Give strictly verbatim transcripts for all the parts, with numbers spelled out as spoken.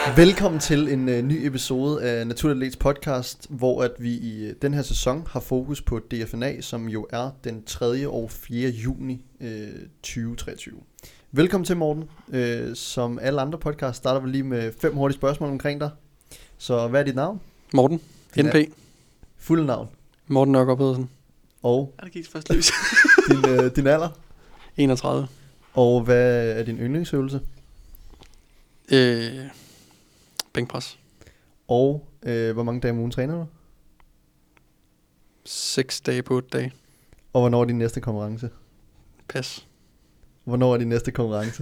Velkommen til en uh, ny episode af Naturatlets podcast, hvor at vi i uh, den her sæson har fokus på D F N A, som jo er den tredje og fjerde juni uh, tyve treogtyve. Velkommen til, Morten. Uh, som alle andre podcasts starter vi lige med fem hurtige spørgsmål omkring dig. Så hvad er dit navn? Morten. N P. Fuld navn? Morten Nørgaard Pedersen. Og? Er det gik først løs? din, uh, din alder? enogtredive. Og hvad er din yndlingsøvelse? Øh, bænkpres. Og øh, hvor mange dage om ugen træner du? Seks dage på otte dage. Og hvornår er din næste konkurrence? Pas. Hvornår er din næste konkurrence?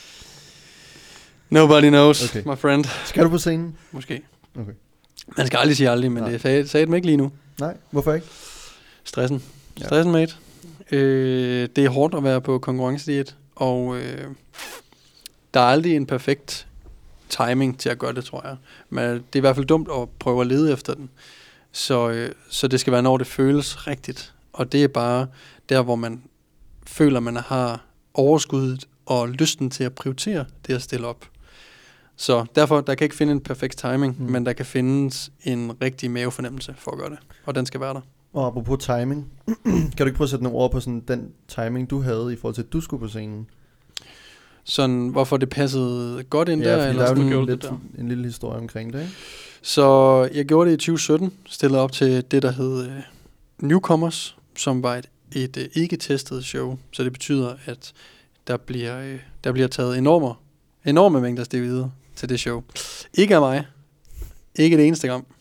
Nobody knows, Okay. my friend. Skal du på scenen? Måske. Okay. Man skal aldrig sige aldrig, men Nej. det sagde, sagde det mig ikke lige nu. Nej, hvorfor ikke? Stressen. Ja. Stressen, mate. Øh, det er hårdt at være på konkurrencediet, og øh, der er aldrig en perfekt timing til at gøre det, tror jeg. Men det er i hvert fald dumt at prøve at lede efter den. Så, øh, så det skal være, når det føles rigtigt. Og det er bare der, hvor man føler, man har overskuddet og lysten til at prioritere det at stille op. Så derfor, der kan ikke finde en perfekt timing, mm. men der kan findes en rigtig mavefornemmelse for at gøre det. Og den skal være der. Og apropos timing, kan du ikke prøve at sætte nogle ord på sådan den timing, du havde i forhold til, at du skulle på scenen? Sådan, hvorfor det passede godt ind Ja, der, fordi eller der er sådan jo gjorde lidt, det der. en lille historie omkring det, ikke? Så jeg gjorde det i tyve sytten, stillede op til det, der hed uh, Newcomers, som var et, et uh, ikke-testet show. Så det betyder, at der bliver, uh, der bliver taget enorme, enorme mængder steroider til det show. Ikke af mig. Ikke det eneste gang.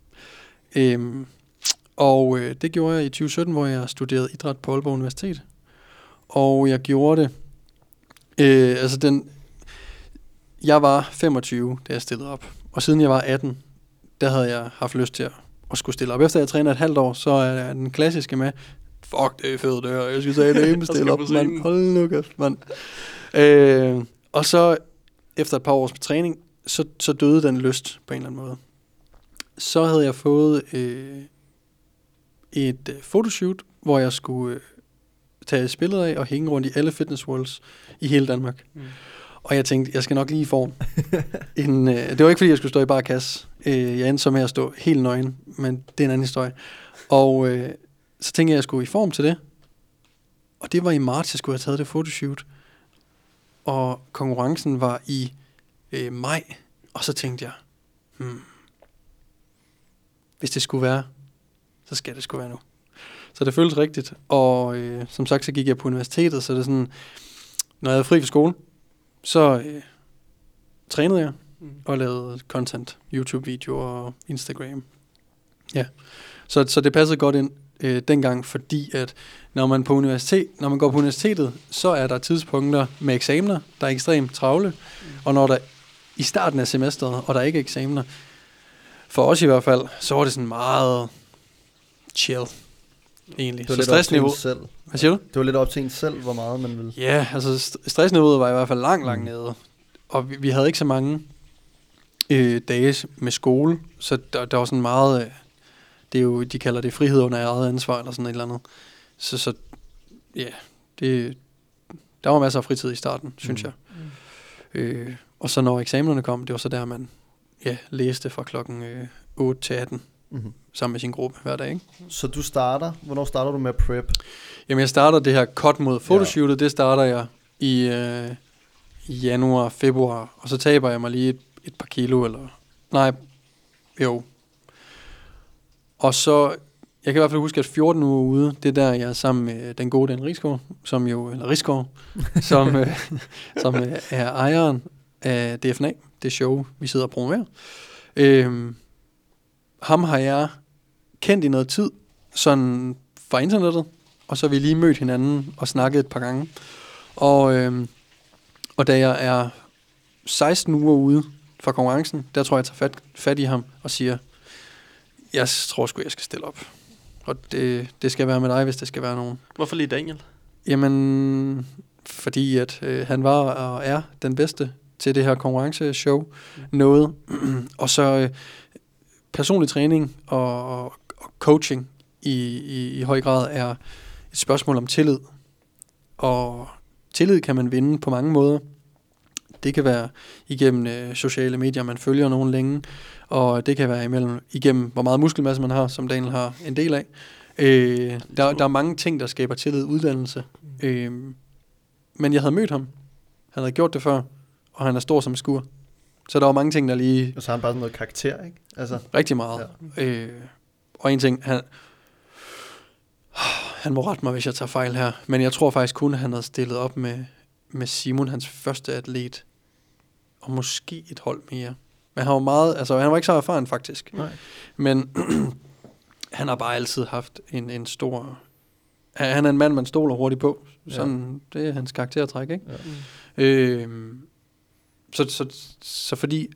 Um, og uh, det gjorde jeg i tyve sytten, hvor jeg studerede idræt på Aalborg Universitet. Og jeg gjorde det... Uh, altså den... Jeg var femogtyve, da jeg stillede op. Og siden jeg var atten, der havde jeg haft lyst til at, at skulle stille op. Efter jeg træner et halvt år, så er den klassiske med, fuck, det er fedt det her, jeg skal sige det hjemme, stille op, mand. Hold nu kæft, mand. Øh, og så, efter et par års træning, så, så døde den lyst på en eller anden måde. Så havde jeg fået øh, et øh, fotoshoot, hvor jeg skulle øh, tage et billede af og hænge rundt i alle fitness worlds i hele Danmark. Mm. Og jeg tænkte, jeg skal nok lige i form. en, øh, det var ikke, fordi jeg skulle stå i bare kasse. Øh, jeg endte så med at stå helt nøgen, men det er en anden historie. Og øh, så tænkte jeg, at jeg skulle i form til det. Og det var i marts, jeg skulle have taget det fotoshoot. Og konkurrencen var i øh, maj. Og så tænkte jeg, hmm, hvis det skulle være, så skal det skulle være nu. Så det føltes rigtigt. Og øh, som sagt, så gik jeg på universitetet, så det er sådan, når jeg havde fri fra skole, så øh, trænede jeg mm. og lavede content, YouTube-videoer og Instagram. Ja, så, så det passede godt ind øh, dengang, fordi at når man, på universitet, når man går på universitetet, så er der tidspunkter med eksamener, der er ekstremt travle, mm. og når der i starten af semesteret, og der er ikke eksamener, for os i hvert fald, så var det sådan meget chill, egentlig. Så stressniveau... Hvad siger du? Det var lidt op til en selv, hvor meget man ville. Ja, yeah, altså st- stressniveauet var i hvert fald langt, langt mm. nede. Og vi, vi havde ikke så mange øh, dage med skole, så der, der var sådan meget, øh, det er jo, de kalder det frihed under eget ansvar, eller sådan et eller andet. Så, så ja, yeah, det, der var masser af fritid i starten, synes mm. jeg. Mm. Øh, og så når eksamenerne kom, det var så der, man ja, læste fra klokken øh, otte til atten. Mm-hmm. Sammen med sin gruppe hver dag, ikke? Så du starter, hvornår starter du med prep? Jamen jeg starter det her cut mod fotoshootet, ja. Det starter jeg i, øh, i januar, februar, og så taber jeg mig lige et, et par kilo, eller, nej, jo. Og så, jeg kan i hvert fald huske, at fjorten uger ude, det er der, jeg er sammen med den gode Dan Rigsgaard, som jo, eller Rigsgaard, som, øh, som øh, er ejeren af D F N A, det show, vi sidder og promoverer. Øh, Ham har jeg kendt i noget tid, sådan fra internettet, og så har vi lige mødt hinanden og snakket et par gange. Og, øhm, og da jeg er seksten uger ude fra konkurrencen, der tror jeg, jeg tager fat, fat i ham og siger, jeg tror sgu, jeg skal stille op. Og det, det skal være med dig, hvis det skal være nogen. Hvorfor lige Daniel? Jamen, fordi at øh, han var og er den bedste til det her konkurrenceshow. Mm. Noget. Og så... Øh, personlig træning og, og coaching i, i, i høj grad er et spørgsmål om tillid. Og tillid kan man vinde på mange måder. Det kan være igennem øh, sociale medier, man følger nogen længe, og det kan være imellem, igennem, hvor meget muskelmasse man har, som Daniel har en del af. Øh, der, der er mange ting, der skaber tillid, uddannelse. Øh, men jeg havde mødt ham. Han havde gjort det før, og han er stor som skur. Så der var mange ting, der lige... Og så har han bare sådan noget karakter, ikke? Altså, rigtig meget. Ja. Øh, og en ting, han... Han må rette mig, hvis jeg tager fejl her. Men jeg tror faktisk kun, at han havde stillet op med, med Simon, hans første atlet. Og måske et hold mere. Men han var meget... Altså, han var ikke så erfaren, faktisk. Nej. Men han har bare altid haft en, en stor... Han er en mand, man stoler hurtigt på. Sådan, ja. Det er hans karaktertræk, ikke? Ja. Øh, så, så, så fordi,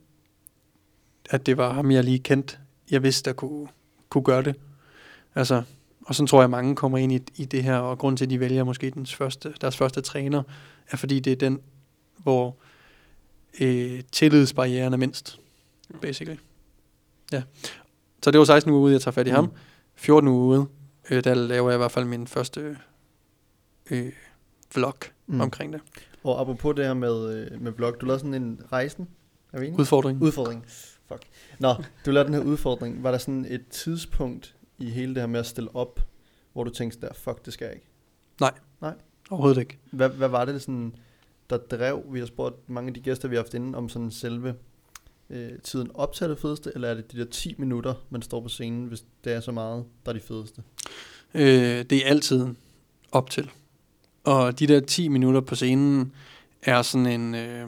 at det var ham, jeg lige kendte, jeg vidste, der kunne, kunne gøre det. Altså, og sådan tror jeg, mange kommer ind i, i det her, og grund til, at de vælger måske deres første, deres første træner, er fordi det er den, hvor øh, tillidsbarrieren er mindst, basically. Ja. Så det var seksten uger ude, jeg tager fat i mm. ham. fjorten uger ude, øh, der laver jeg i hvert fald min første øh, vlog mm. omkring det. Og apropos det her med, med vlog, du lavede sådan en rejsen, er vi enige? Udfordring. Udfordring. Fuck. Nå, du lavede den her udfordring. Var der sådan et tidspunkt i hele det her med at stille op, hvor du tænkte der, fuck, det skal jeg ikke? Nej. Nej? Overhovedet ikke. Hvad, hvad var det sådan, der drev? Vi har spurgt mange af de gæster, vi har haft inde, om sådan selve øh, tiden op til det fedeste, eller er det de der ti minutter, man står på scenen, hvis det er så meget, der er de fedeste? Øh, det er altid op til. Og de der ti minutter på scenen er sådan en... Øh,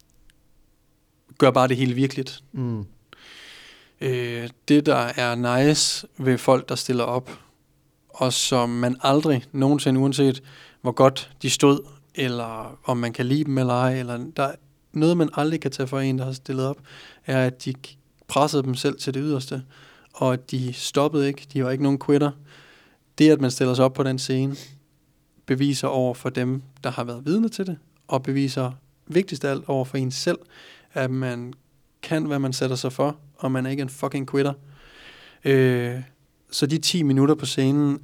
gør bare det hele virkeligt. Mm. Øh, det, der er nice ved folk, der stiller op, og som man aldrig nogensinde, uanset hvor godt de stod, eller om man kan lide dem eller ej, eller der er noget, man aldrig kan tage for en, der har stillet op, er, at de pressede dem selv til det yderste, og at de stoppede ikke. De var ikke nogen quitter. Det, at man stiller sig op på den scene, beviser over for dem, der har været vidne til det, og beviser vigtigst af alt over for en selv, at man kan, hvad man sætter sig for, og man er ikke en fucking quitter. Øh, så de ti minutter på scenen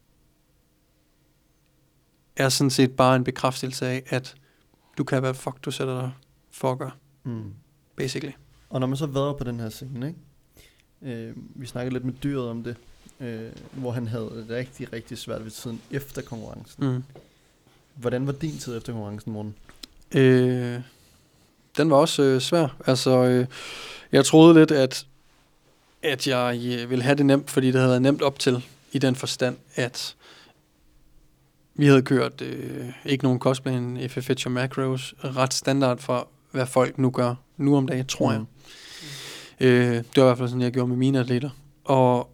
er sådan set bare en bekræftelse af, at du kan være fuck, du sætter dig for at gøre. Mm. Basically. Og når man så været på den her scene, ikke? Øh, vi snakkede lidt med dyret om det, øh, hvor han havde rigtig, rigtig svært ved tiden efter konkurrencen. Mm. Hvordan var din tid efter konkurrencen, Morten? Øh, den var også øh, svær. Altså, øh, jeg troede lidt, at, at jeg øh, ville have det nemt, fordi det havde været nemt op til, i den forstand, at vi havde kørt øh, ikke nogen kostplan, F F H og macros, ret standard for, hvad folk nu gør nu om dagen, tror mm. jeg. Mm. Øh, det var i hvert fald sådan, jeg gjorde med mine atleter. Og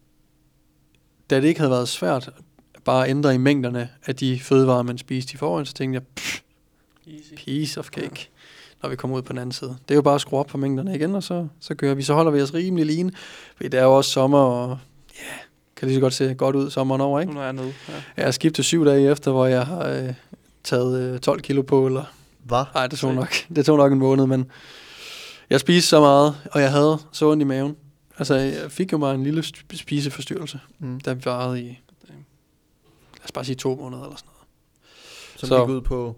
da det ikke havde været svært bare at ændre i mængderne af de fødevarer, man spiste i forvejen, så tænkte jeg, pff, piece of cake, ja. Når vi kommer ud på den anden side. Det er jo bare at skrue op på mængderne igen, og så, så kører vi. Så holder vi os rimelig line, fordi det er jo også sommer, og ja, yeah, kan lige så godt se godt ud sommeren over, ikke? Nu er jeg nede. Ja. Jeg har skiftet syv dage efter, hvor jeg har øh, taget øh, tolv kilo på, eller... Hvad? Nej, det tog nok, det tog nok en måned, men jeg spiste så meget, og jeg havde så ondt i maven. Altså, jeg fik jo mig en lille spiseforstyrrelse, mm. der varede i, lad os bare sige to måneder eller sådan noget. Som så, gik ud på?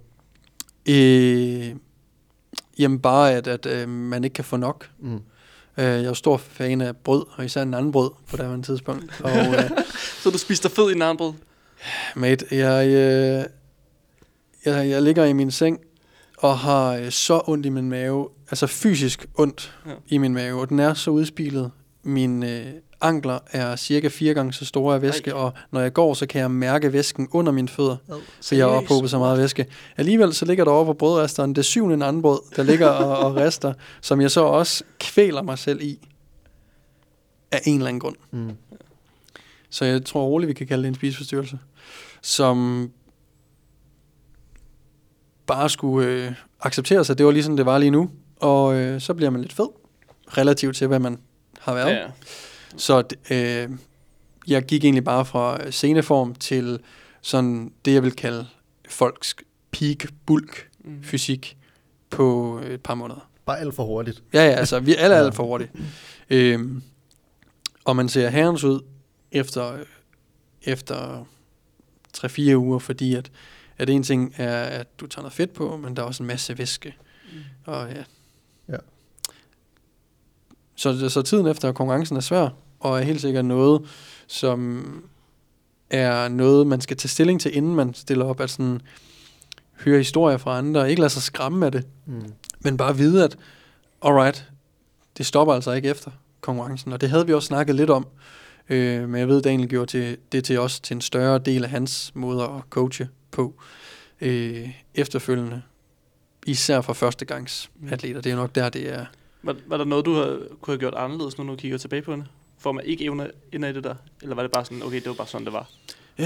Øh, jamen bare, at, at øh, man ikke kan få nok. Mm. Øh, jeg er jo stor fan af brød, og især en anden brød på det her tidspunkt. Og, øh, så du spiste dig fed i en anden brød? Mate, jeg, øh, jeg, jeg ligger i min seng, og har øh, så ondt i min mave, altså fysisk ondt ja. i min mave, og den er så udspilet. Mine øh, ankler er cirka fire gange så store af væske, Ej. og når jeg går, så kan jeg mærke væsken under mine fødder, oh, så jeg har ophobet så meget væske. Alligevel så ligger der over på brødresteren det syvende en anden brød, der ligger og, og rester, som jeg så også kvæler mig selv i, af en eller anden grund. Mm. Så jeg tror roligt, vi kan kalde det en spiseforstyrrelse, som bare skulle øh, acceptere sig. Det var lige sådan, det var lige nu, og øh, så bliver man lidt fed, relativt til, hvad man har været. Ja. Så øh, jeg gik egentlig bare fra sceneform til sådan det, jeg vil kalde folks peak bulk mm. fysik på et par måneder. Bare alt for hurtigt. Ja, ja, altså vi er alle alt for hurtigt. øhm, og man ser herrens ud efter, efter tre fire uger, fordi at, at en ting er, at du tager noget fedt på, men der er også en masse væske. Mm. Og ja. ja. Så, så tiden efter konkurrencen er svær, og er helt sikkert noget, som er noget, man skal tage stilling til, inden man stiller op, at sådan høre historier fra andre, og ikke lade sig skræmme af det, mm. men bare vide, at alright, det stopper altså ikke efter konkurrencen, og det havde vi også snakket lidt om, øh, men jeg ved, Daniel gjorde til, det til os til en større del af hans måde at coache på øh, efterfølgende, især for førstegangsatleter. Det er nok der, det er. Var, var der noget, du har, kunne have gjort anderledes, nu når du kigger tilbage på det? For man ikke evner ind af det der? Eller var det bare sådan, okay, det var bare sådan, det var? Øh,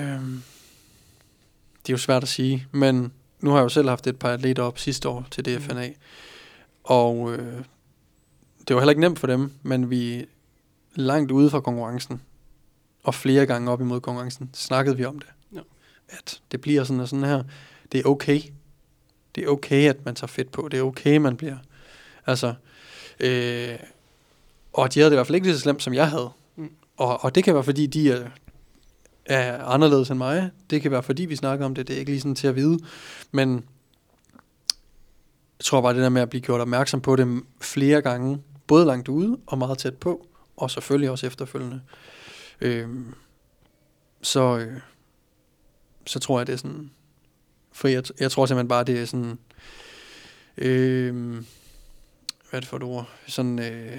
det er jo svært at sige, men nu har jeg jo selv haft et par atleter op sidste år til D F N A, mm. og øh, det var heller ikke nemt for dem, men vi langt ude fra konkurrencen, og flere gange op imod konkurrencen, snakkede vi om det. Ja. At det bliver sådan og sådan her. Det er okay. Det er okay, at man tager fedt på. Det er okay, man bliver. Altså, øh, og de havde det i hvert fald ikke lige så slemt, som jeg havde. Mm. Og, og det kan være, fordi de er, er anderledes end mig. Det kan være, fordi vi snakker om det. Det er ikke lige sådan til at vide. Men jeg tror bare, det der med at blive gjort opmærksom på det flere gange, både langt ude og meget tæt på, og selvfølgelig også efterfølgende. Øh, så, øh, så tror jeg, det er sådan. For jeg, jeg tror simpelthen bare, det er sådan. Øh, hvad er det for et ord? Sådan. Øh,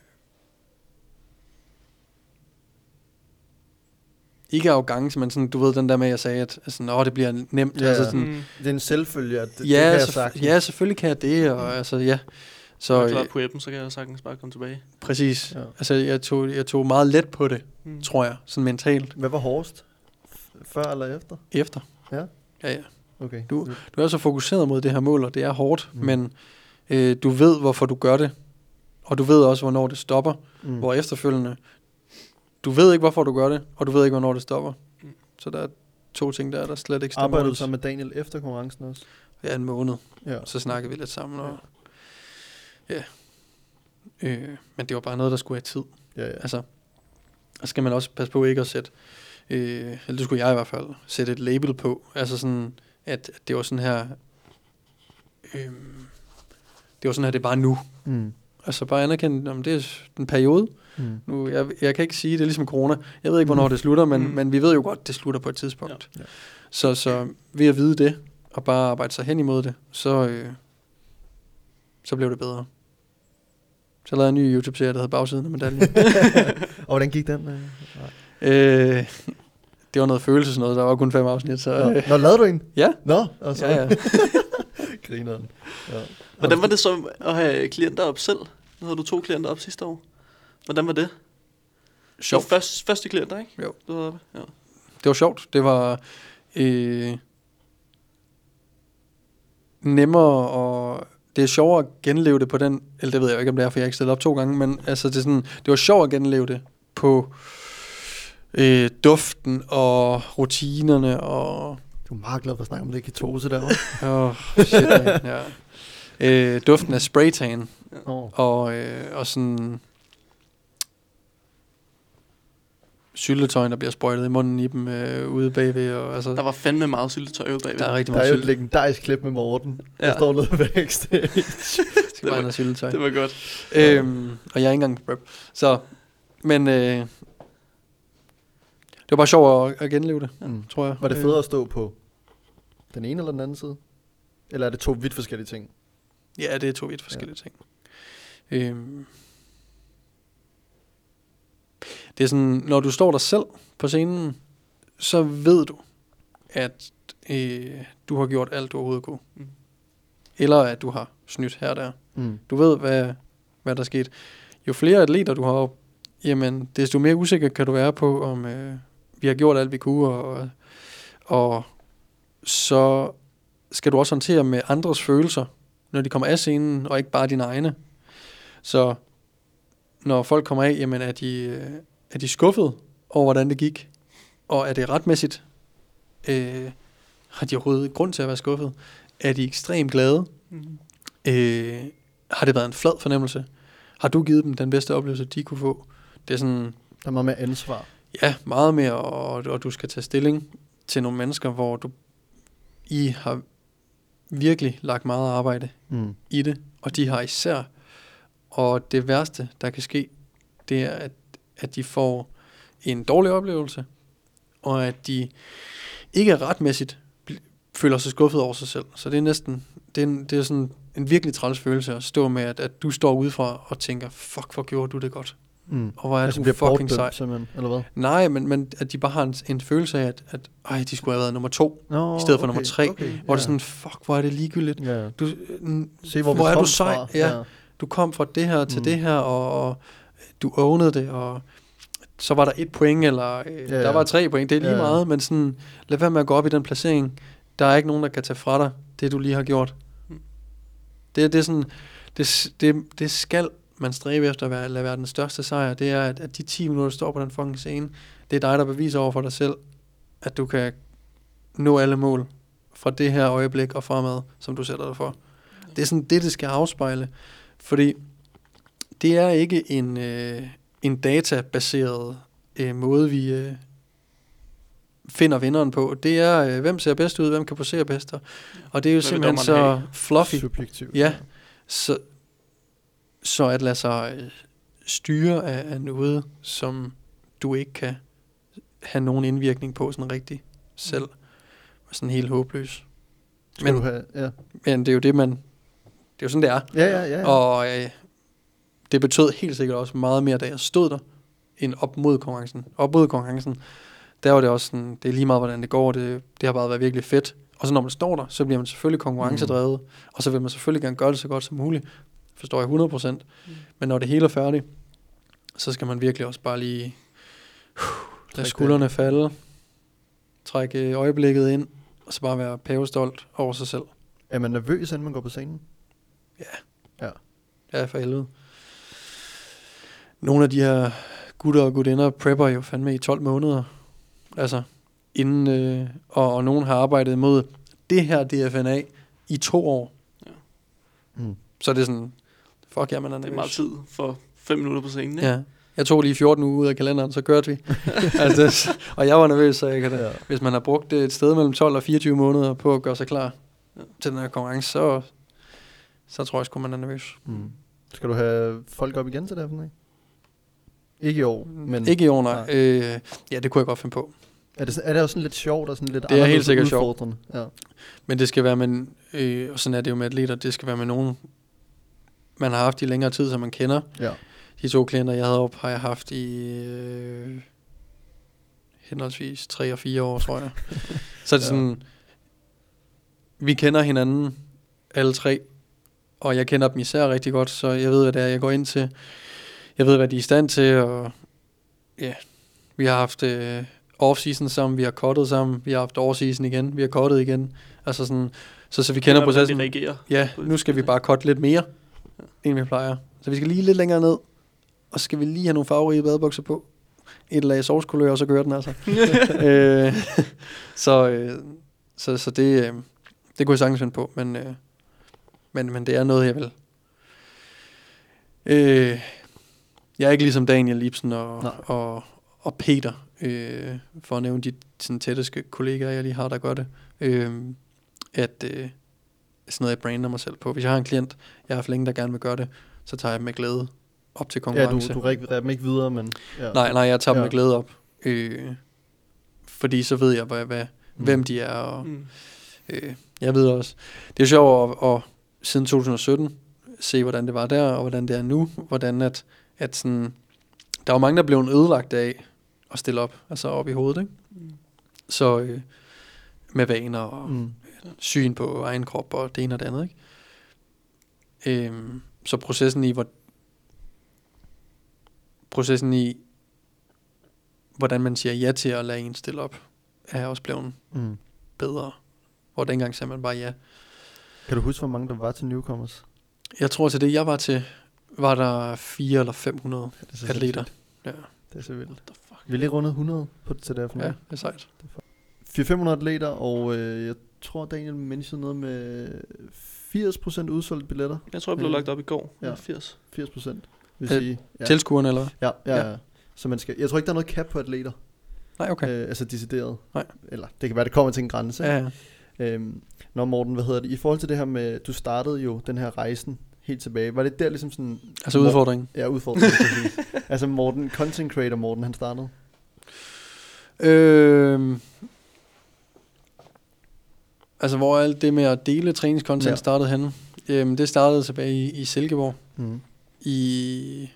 ikke arrogance, men sådan, du ved den der med, at jeg sagde, at sådan, åh, det bliver nemt. Ja, altså sådan, mm. Det er en selvfølge, at det, ja, det kan jeg selvf- sagtens. Ja, selvfølgelig kan jeg det, og mm. altså, ja. Så, jeg er klar på appen, så kan jeg sagtens bare komme tilbage. Præcis. Ja. Altså, jeg tog, jeg tog meget let på det, mm. tror jeg, sådan mentalt. Hvad var hårdest? Før eller efter? Efter. Ja? Ja, ja. Okay. Du, du er så fokuseret mod det her mål, og det er hårdt, mm. men øh, du ved, hvorfor du gør det, og du ved også, hvornår det stopper, mm. hvor efterfølgende, du ved ikke, hvorfor du gør det, og du ved ikke, hvornår det stopper. Mm. Så der er to ting, der er der slet ikke stemmer. Arbejder du så med Daniel efter konkurrencen også? Ja, en måned. Ja. Så snakkede vi lidt sammen, og ja. Øh, men det var bare noget, der skulle have tid. Ja, ja. Altså, så skal man også passe på ikke at sætte, øh, eller det skulle jeg i hvert fald, sætte et label på. Altså sådan, at, at det var sådan her, øh, det var sådan her, det er bare nu. Mm. Altså bare anerkende, om det er en periode. Mm. Nu, jeg, jeg kan ikke sige, det er ligesom corona. Jeg ved ikke, hvornår mm. det slutter, men, mm. men vi ved jo godt, det slutter på et tidspunkt. Ja. Ja. Så, så ved at vide det, og bare arbejde sig hen imod det, så, øh, så blev det bedre. Så lavede jeg en ny YouTube-serie, der hedder Bagsiden af medaljen. Og hvordan gik den? øh, det var noget følelsesnød, der var kun fem afsnit. Så, Nå, øh. Nå, lavede du en? Ja. Nå, og så. Ja, ja. Griner den. Ja. Hvordan var det så at have klienter op selv? Nu havde du to klienter op sidste år. Hvordan var det? Sjovt. Det var først, første klienter, ikke? Jo. Du havde oppe. Ja. Det var sjovt. Det var øh, nemmere og det er sjovere at genleve det på den, eller det ved jeg ikke, om det er, for jeg har ikke stillet op to gange, men altså det er sådan, det var sjovt at genleve det på øh, duften og rutinerne og. Du er meget glad for at snakke om det ketose derovre. Åh, oh, shit, man. Ja. Øh, duften af spraytan. Ja. Og, øh, og sådan syltetøj, der bliver sprøjtet i munden i dem øh, ude bagved. Og, altså, der var fandme meget syltetøj ude bagved. Der er rigtig der meget er jo et legendarisk klip med Morten. Ja. Der står noget backstage. det, var, noget syltetøj. Det var godt. Øhm, og jeg er ikke engang på prep. Så, men øh, det var bare sjovt at, at genleve det, mm. tror jeg. Var det federe at stå på den ene eller den anden side? Eller er det to vidt forskellige ting? Ja, det er to vidt forskellige ja. ting. Øhm, det er sådan, når du står der selv på scenen, så ved du, at øh, du har gjort alt, du overhovedet kunne. Mm. Eller at du har snydt her og der. Mm. Du ved, hvad, hvad der er sket. Jo flere atleter du har op, jamen, desto mere usikker kan du være på, om øh, vi har gjort alt, vi kunne, og, og så skal du også håndtere med andres følelser, når de kommer af scenen, og ikke bare dine egne. Så når folk kommer af, jamen er de, er de skuffet over, hvordan det gik? Og er det retmæssigt? Øh, har de overhovedet grund til at være skuffet? Er de ekstremt glade? Mm. Øh, har det været en flad fornemmelse? Har du givet dem den bedste oplevelse, de kunne få? Det er sådan. Der er meget mere ansvar. Ja, meget mere, og, og du skal tage stilling til nogle mennesker, hvor du I har virkelig lagt meget arbejde Mm. i det, og de har især, og det værste, der kan ske, det er, at, at de får en dårlig oplevelse, og at de ikke retmæssigt bl- føler sig skuffet over sig selv. Så det er næsten, det er, en, det er sådan en virkelig træls følelse at stå med, at, at du står udefra og tænker, fuck, hvor gjorde du det godt. Mm. Og hvor er Altså du bliver fucking bortdømt, sej. simpelthen, eller hvad? Nej, men, men at de bare har en, en følelse af, at, at ej, de skulle have været nummer to, Nå, i stedet for okay, nummer tre, okay, hvor ja. det er sådan, fuck, hvor er det ligegyldigt. Ja. Du, n- Se, hvor, hvor vi er kom du sej. fra. Ja, du kom fra det her til Mm. det her, og, og du ownede det, og så var der et point, eller øh, Ja, der ja. var tre point, det er lige Ja, ja. meget, men sådan, lad være med at gå op i den placering. Der er ikke nogen, der kan tage fra dig, det du lige har gjort. Mm. Det, det er sådan, det, det, det skal man stræbe efter at være, lade være den største sejr, det er, at, at de ti minutter, du står på den fucking scene, det er dig, der beviser over for dig selv, at du kan nå alle mål fra det her øjeblik og fremad, som du sætter dig for. Det er sådan det, det skal afspejle. Fordi det er ikke en, øh, en databaseret øh, måde, vi øh, finder vinderen på. Det er, øh, hvem ser bedst ud, hvem kan posere bedst. Og det er jo Hvad vil simpelthen så dommeren have? fluffy. Subjektivt. Ja, så, så at lade sig øh, styre af, af noget, som du ikke kan have nogen indvirkning på sådan rigtig selv. Sådan helt håbløs. Skal Men, du have, ja. men det er jo det, man... Det er jo sådan, det er. Ja, ja, ja. ja. Og øh, det betød helt sikkert også meget mere, da jeg stod der, end op mod konkurrencen. Op mod konkurrencen, der var det også sådan, det er lige meget, hvordan det går. Det, det har bare været virkelig fedt. Og så når man står der, så bliver man selvfølgelig konkurrencedrevet, mm. og så vil man selvfølgelig gerne gøre det så godt som muligt. Forstår jeg hundrede procent. Mm. Men når det hele er færdigt, så skal man virkelig også bare lige uh, lade skuldrene falde, trække øjeblikket ind, og så bare være pavestolt over sig selv. Er man nervøs, inden man går på scenen? Ja, for helvede. Nogle af de her gutter og gutinder prepper jo fandme i tolv måneder. Altså, inden, øh, og, og nogen har arbejdet imod det her D F N A i to år. Ja. Mm. Så er det sådan, fuck ja, man er Det er nervøs. meget tid for fem minutter på scenen, ikke? Ja. Jeg tog lige fjorten uger ud af kalenderen, så kørte vi. altså, det, og jeg var nervøs, så jeg kan det. Ja. Hvis man har brugt et sted mellem tolv og fireogtyve måneder på at gøre sig klar Ja. til den her konkurrence, så, så tror jeg sgu, man er nervøs. Mm. Skal du have folk op igen til det her? Ikke i år, men... Ikke i år, nej. nej. Øh, ja, det kunne jeg godt finde på. Er det, er det også sådan lidt sjovt og sådan lidt Det er helt anderledes sikkert sjovt. udfordrende? Ja. Men det skal være med, øh, og sådan er det jo med atleter, det skal være med nogen, man har haft i længere tid, som man kender. Ja. De to klienter, jeg havde op, har jeg haft i øh, henholdsvis tre og fire år, tror jeg. Så er det Ja. sådan, vi kender hinanden, alle tre, og jeg kender dem især rigtig godt, så jeg ved, hvad det er, jeg går ind til. Jeg ved, hvad de er i stand til, og ja, vi har haft øh, off-season sammen, vi har cuttet sammen, vi har haft off-season igen, vi har cuttet igen. Altså sådan, så, så vi kender Hvordan processen. de reagerer. Ja, nu skal vi bare cutte lidt mere, end vi plejer. Så vi skal lige lidt længere ned, og så skal vi lige have nogle farverige badebukser på. Et lag sovskulør, og så kører den altså. øh, så, øh, så, så det, øh, det kunne jeg sagtens finde på, men, øh, men, men det er noget, jeg vil. Øh, jeg er ikke ligesom Daniel Ibsen og, og, og Peter, øh, for at nævne de sådan, tætteste kollegaer, jeg lige har, der gør det. Øh, at øh, sådan noget, jeg brander mig selv på. Hvis jeg har en klient, jeg har haft længe, der gerne vil gøre det, så tager jeg dem med glæde op til Ja, konkurrence. du, du rækker dem ikke videre, men... Ja. Nej, nej, jeg tager dem Ja. med glæde op. Øh, fordi så ved jeg, hvad, hvad, Mm. hvem de er. Og, Mm. øh, jeg ved også. Det er sjovt at, at siden to tusind og sytten se, hvordan det var der, og hvordan det er nu. Hvordan at, at sådan, der er jo mange, der blev ødelagt af at stille op, altså op i hovedet, ikke? Mm. Så øh, med vaner og Mm. syn på egen krop og det ene og det andet, ikke? Øhm, så processen i, hvor processen i, hvordan man siger ja til at lade en stille op, er også blevet Mm. bedre. Hvor dengang sagde man bare ja. Kan du huske, hvor mange der var til Newcomers? Jeg tror til det, jeg var til, var der fire eller fem hundrede Det er så atleter. sindssygt. Ja, Det er så vildt. What the fuck? Vi er lige rundet hundrede på til det her. ja, det er sejt. fire til fem hundrede atleter, og øh, jeg tror, Daniel mentionede noget med firs procent udsolgte billetter. Jeg tror, jeg blev Ja. lagt op i går. Ja. Ja. firs. firs procent. Vil Øh, sige. Ja. Tilskuerne, eller hvad? Ja, ja, Ja. ja. Så man skal, jeg tror ikke, der er noget cap på atleter. Nej, okay. Øh, altså decideret. Nej. Eller det kan være, det kommer til en grænse. Ja, ja. Øhm, Nå Morten, hvad hedder det? I forhold til det her med, du startede jo den her rejsen helt tilbage. Var det der ligesom sådan... Altså udfordringen? Ja, udfordringen. Altså Morten, content creator Morten, han startede? Øhm, altså hvor alt det med at dele træningscontent ja. startede henne? Øhm, det startede tilbage i, i Silkeborg. Mm. I...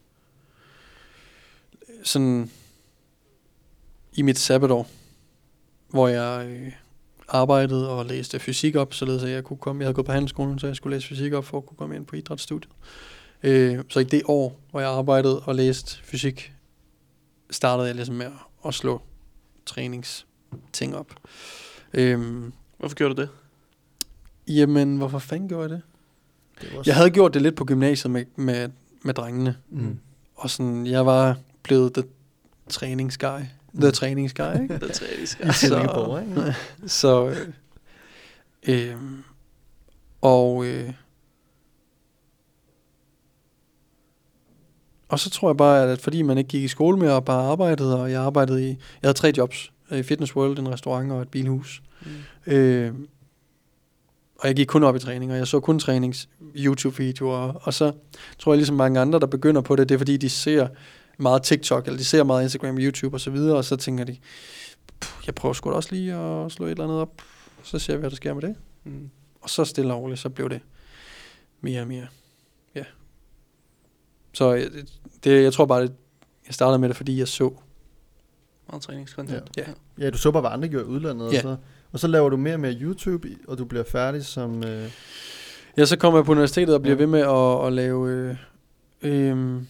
Sådan... I mit sabbatår. Hvor jeg... Øh, arbejdede og læste fysik op, således at jeg kunne komme, jeg havde gået på handelsskolen, så jeg skulle læse fysik op for at kunne komme ind på idrætsstudiet. Øh, så i det år, hvor jeg arbejdede og læste fysik, startede jeg ligesom med at, at slå træningsting op. Øh, Hvorfor gjorde du det? Jamen, hvorfor fanden gjorde jeg det? det jeg havde gjort det lidt på gymnasiet med, med, med drengene. Mm. Og sådan, jeg var blevet the træningsguy. The træningsguy, ikke? The træningsguy. I Silkeborg, ikke? Så, øh, øh, og, øh, og så tror jeg bare, at fordi man ikke gik i skole mere og bare arbejdede, og jeg arbejdede i, jeg havde tre jobs, i Fitness World, en restaurant og et bilhus. Mm. Øh, og jeg gik kun op i træning, og jeg så kun trænings YouTube-videoer, og så tror jeg ligesom mange andre, der begynder på det, det er fordi, de ser meget TikTok, eller de ser meget Instagram, YouTube og så videre, og så tænker de, jeg prøver sgu da også lige at slå et eller andet op, så ser vi, hvad der sker med det. Mm. Og så stille og roligt, så blev det mere og mere. Ja. Så det, jeg tror bare, det, jeg startede med det, fordi jeg så meget træningscontent. Ja. Ja. Ja, du så bare, hvad andre gjorde i udlandet, ja. og, så, og så laver du mere og mere YouTube, og du bliver færdig som... Øh... Ja, så kommer jeg på universitetet og bliver ja. ved med at, at lave... Øh, øh,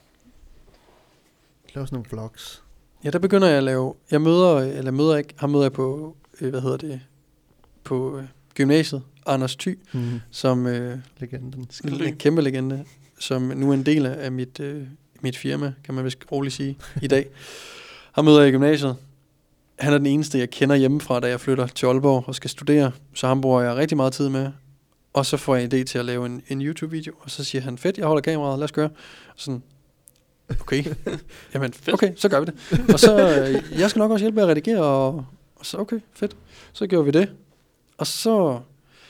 lave sådan nogle vlogs. Ja, der begynder jeg at lave... Jeg møder, eller møder ikke, har møder jeg på, øh, hvad hedder det, på øh, gymnasiet, Anders Thy, mm-hmm. som... Øh, Legenden. En kæmpe legende, som nu er en del af mit, øh, mit firma, kan man vist roligt sige, i dag. Han møder jeg i gymnasiet. Han er den eneste, jeg kender hjemmefra, da jeg flytter til Aalborg og skal studere. Så ham bruger jeg rigtig meget tid med. Og så får jeg en idé til at lave en, en YouTube-video. Og så siger han, fedt, jeg holder kameraet, lad os gøre. Og sådan, okay. Jamen, okay, så gør vi det. Og så, øh, jeg skal nok også hjælpe med at redigere. Og, og så, okay, fedt. Så gjorde vi det. Og så,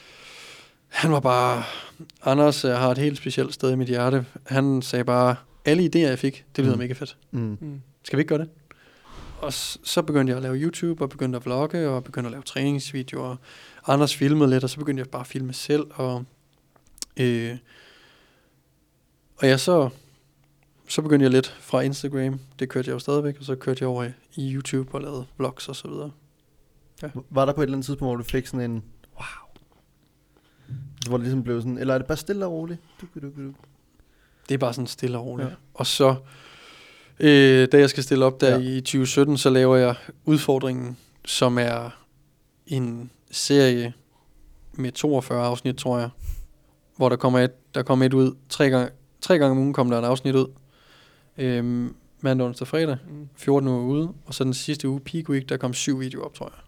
han var bare, Anders jeg har et helt specielt sted i mit hjerte. Han sagde bare, alle idéer jeg fik, det lyder mm. mega fedt. Mm. Mm. Skal vi ikke gøre det? Og så begyndte jeg at lave YouTube, og begyndte at vlogge, og begyndte at lave træningsvideoer. Anders filmede lidt, og så begyndte jeg bare at filme selv. Og, øh, og ja, så, så begyndte jeg lidt fra Instagram. Det kørte jeg jo stadigvæk, og så kørte jeg over i YouTube og lavede vlogs og så videre. Ja. Var der på et eller andet tidspunkt, hvor du fik sådan en, wow, hvor det ligesom blev sådan, eller er det bare stille og roligt? Du, du, du. Det er bare sådan stille og roligt. Ja. Og så... Øh, da jeg skal stille op der ja. i tyve sytten, så laver jeg Udfordringen, som er en serie med toogfyrre afsnit, tror jeg, hvor der kommer et, der kommer et ud, tre gange, tre gange om ugen kommer der et afsnit ud, øhm, mandag, onsdag, fredag, fjorten uger ude, og så den sidste uge, Peak Week, der kom syv videoer op, tror jeg.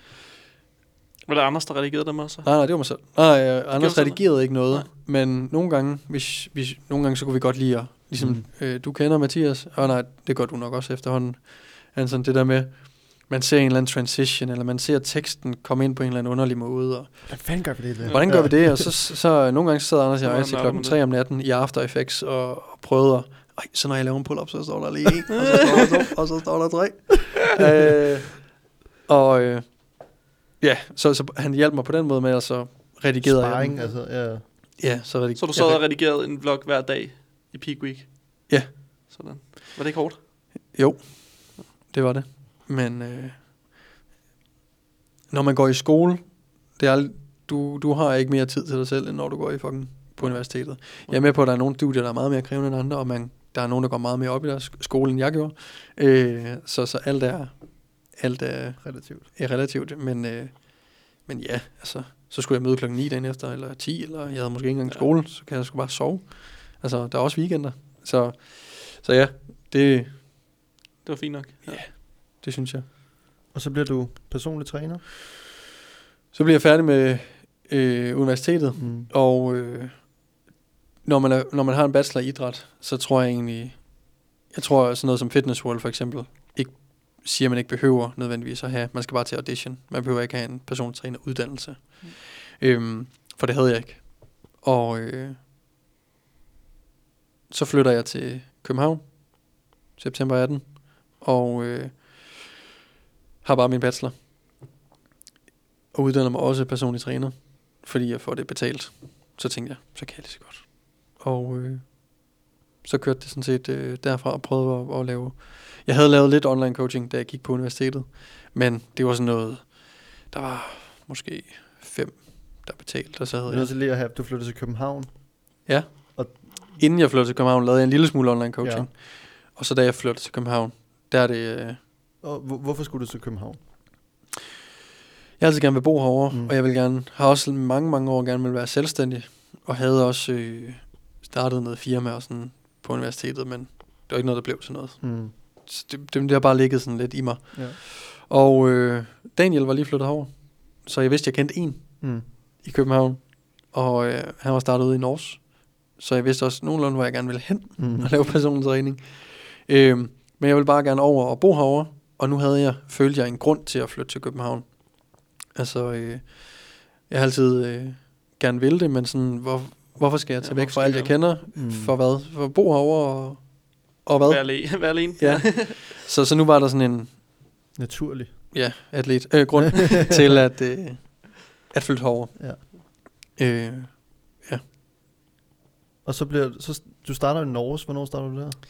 Var det Anders, der redigerede dem også? Nej, nej, det var mig selv. Nej, øh, Anders redigerede ikke noget, nej. Men nogle gange, hvis, hvis, nogle gange, så kunne vi godt lide at, ligesom, mm. øh, du kender Mathias, og nej, det gør du nok også efterhånden, han sådan det der med, man ser en eller anden transition, eller man ser teksten komme ind på en eller anden underlig måde. Og hvordan fanden gør vi det? Der? Hvordan gør ja. vi det? Og så, så, så nogle gange så sidder Anders og jeg til klokken tre om natten i After Effects og, og prøvede at, ej, så når jeg laver en pull-up, så står der lige en, og så står der to, og så står der tre. øh, og øh, ja, så, så han hjalp mig på den måde med, at så redigerede Sparring, jeg altså, ja. Ja, så redigerede Så du sad og redigerede en vlog hver dag i Peak Week? Ja. Sådan. Var det ikke hårdt? Jo, det var det. Men øh, når man går i skole, det er, du, du har ikke mere tid til dig selv, end når du går i fucking på universitetet. Jeg er med på, at der er nogle studier, der er meget mere krævende end andre, og man, der er nogen, der går meget mere op i deres skole, end jeg gjorde. Øh, så, så alt er, alt er relativt. Er relativt, men, øh, men ja, altså, så skulle jeg møde klokken ni dagen efter, eller ti, eller jeg havde måske ikke engang skole, så kan jeg sgu bare sove. Altså, der er også weekender. Så, så ja, det... Det var fint nok. Ja, det synes jeg. Og så bliver du personlig træner? Så bliver jeg færdig med øh, universitetet, mm. og øh, når, man er, når man har en bachelor i idræt, så tror jeg egentlig, jeg tror sådan noget som Fitness World for eksempel, ikke siger, man ikke behøver nødvendigvis at have. Man skal bare til audition. Man behøver ikke have en persontræner uddannelse. Mm. Øhm, for det havde jeg ikke. Og øh, så flytter jeg til København, september atten, og øh, har bare min bachelor. Og uddanner mig også personlig træner, fordi jeg får det betalt. Så tænkte jeg, så kan jeg det så godt. Og øh, så kørte det sådan set øh, derfra og prøvede at, at lave... Jeg havde lavet lidt online coaching, da jeg gik på universitetet, men det var sådan noget... Der var måske fem, der betalte, og så havde jeg... Jeg lige at have, du flyttede til København. Ja. Og inden jeg flyttede til København, lavede jeg en lille smule online coaching. Ja. Og så da jeg flyttede til København, der er det... Øh, og hvor, hvorfor skulle du til København? Jeg har altid gerne vil bo herovre, mm. og jeg vil gerne, har også mange, mange år gerne vil være selvstændig, og havde også øh, startet noget firma og sådan på universitetet, men det var ikke noget, der blev til noget. Mm. Så det, det, det har bare ligget sådan lidt i mig. Ja. Og øh, Daniel var lige flyttet herover, så jeg vidste, jeg kendte en mm. i København, og øh, han var startet ude i Norge, så jeg vidste også nogenlunde, hvor jeg gerne ville hen mm. og lave personlig træning. Øh, men jeg ville bare gerne over og bo herovre, og nu havde jeg, følte jeg en grund til at flytte til København. Altså, øh, jeg har altid øh, gerne ville det, men sådan, hvor, hvorfor skal jeg tage ja, væk fra alt, jeg kender? Mm. For hvad? For at bo herovre og, og hvad? Vær alene. Vær alene. Ja. så, så nu var der sådan en... Naturlig. Ja, atlet. Øh, grund til at, øh, at flytte herover. Ja. Øh, ja. Og så bliver så du starter i Norge. Hvornår starter du der?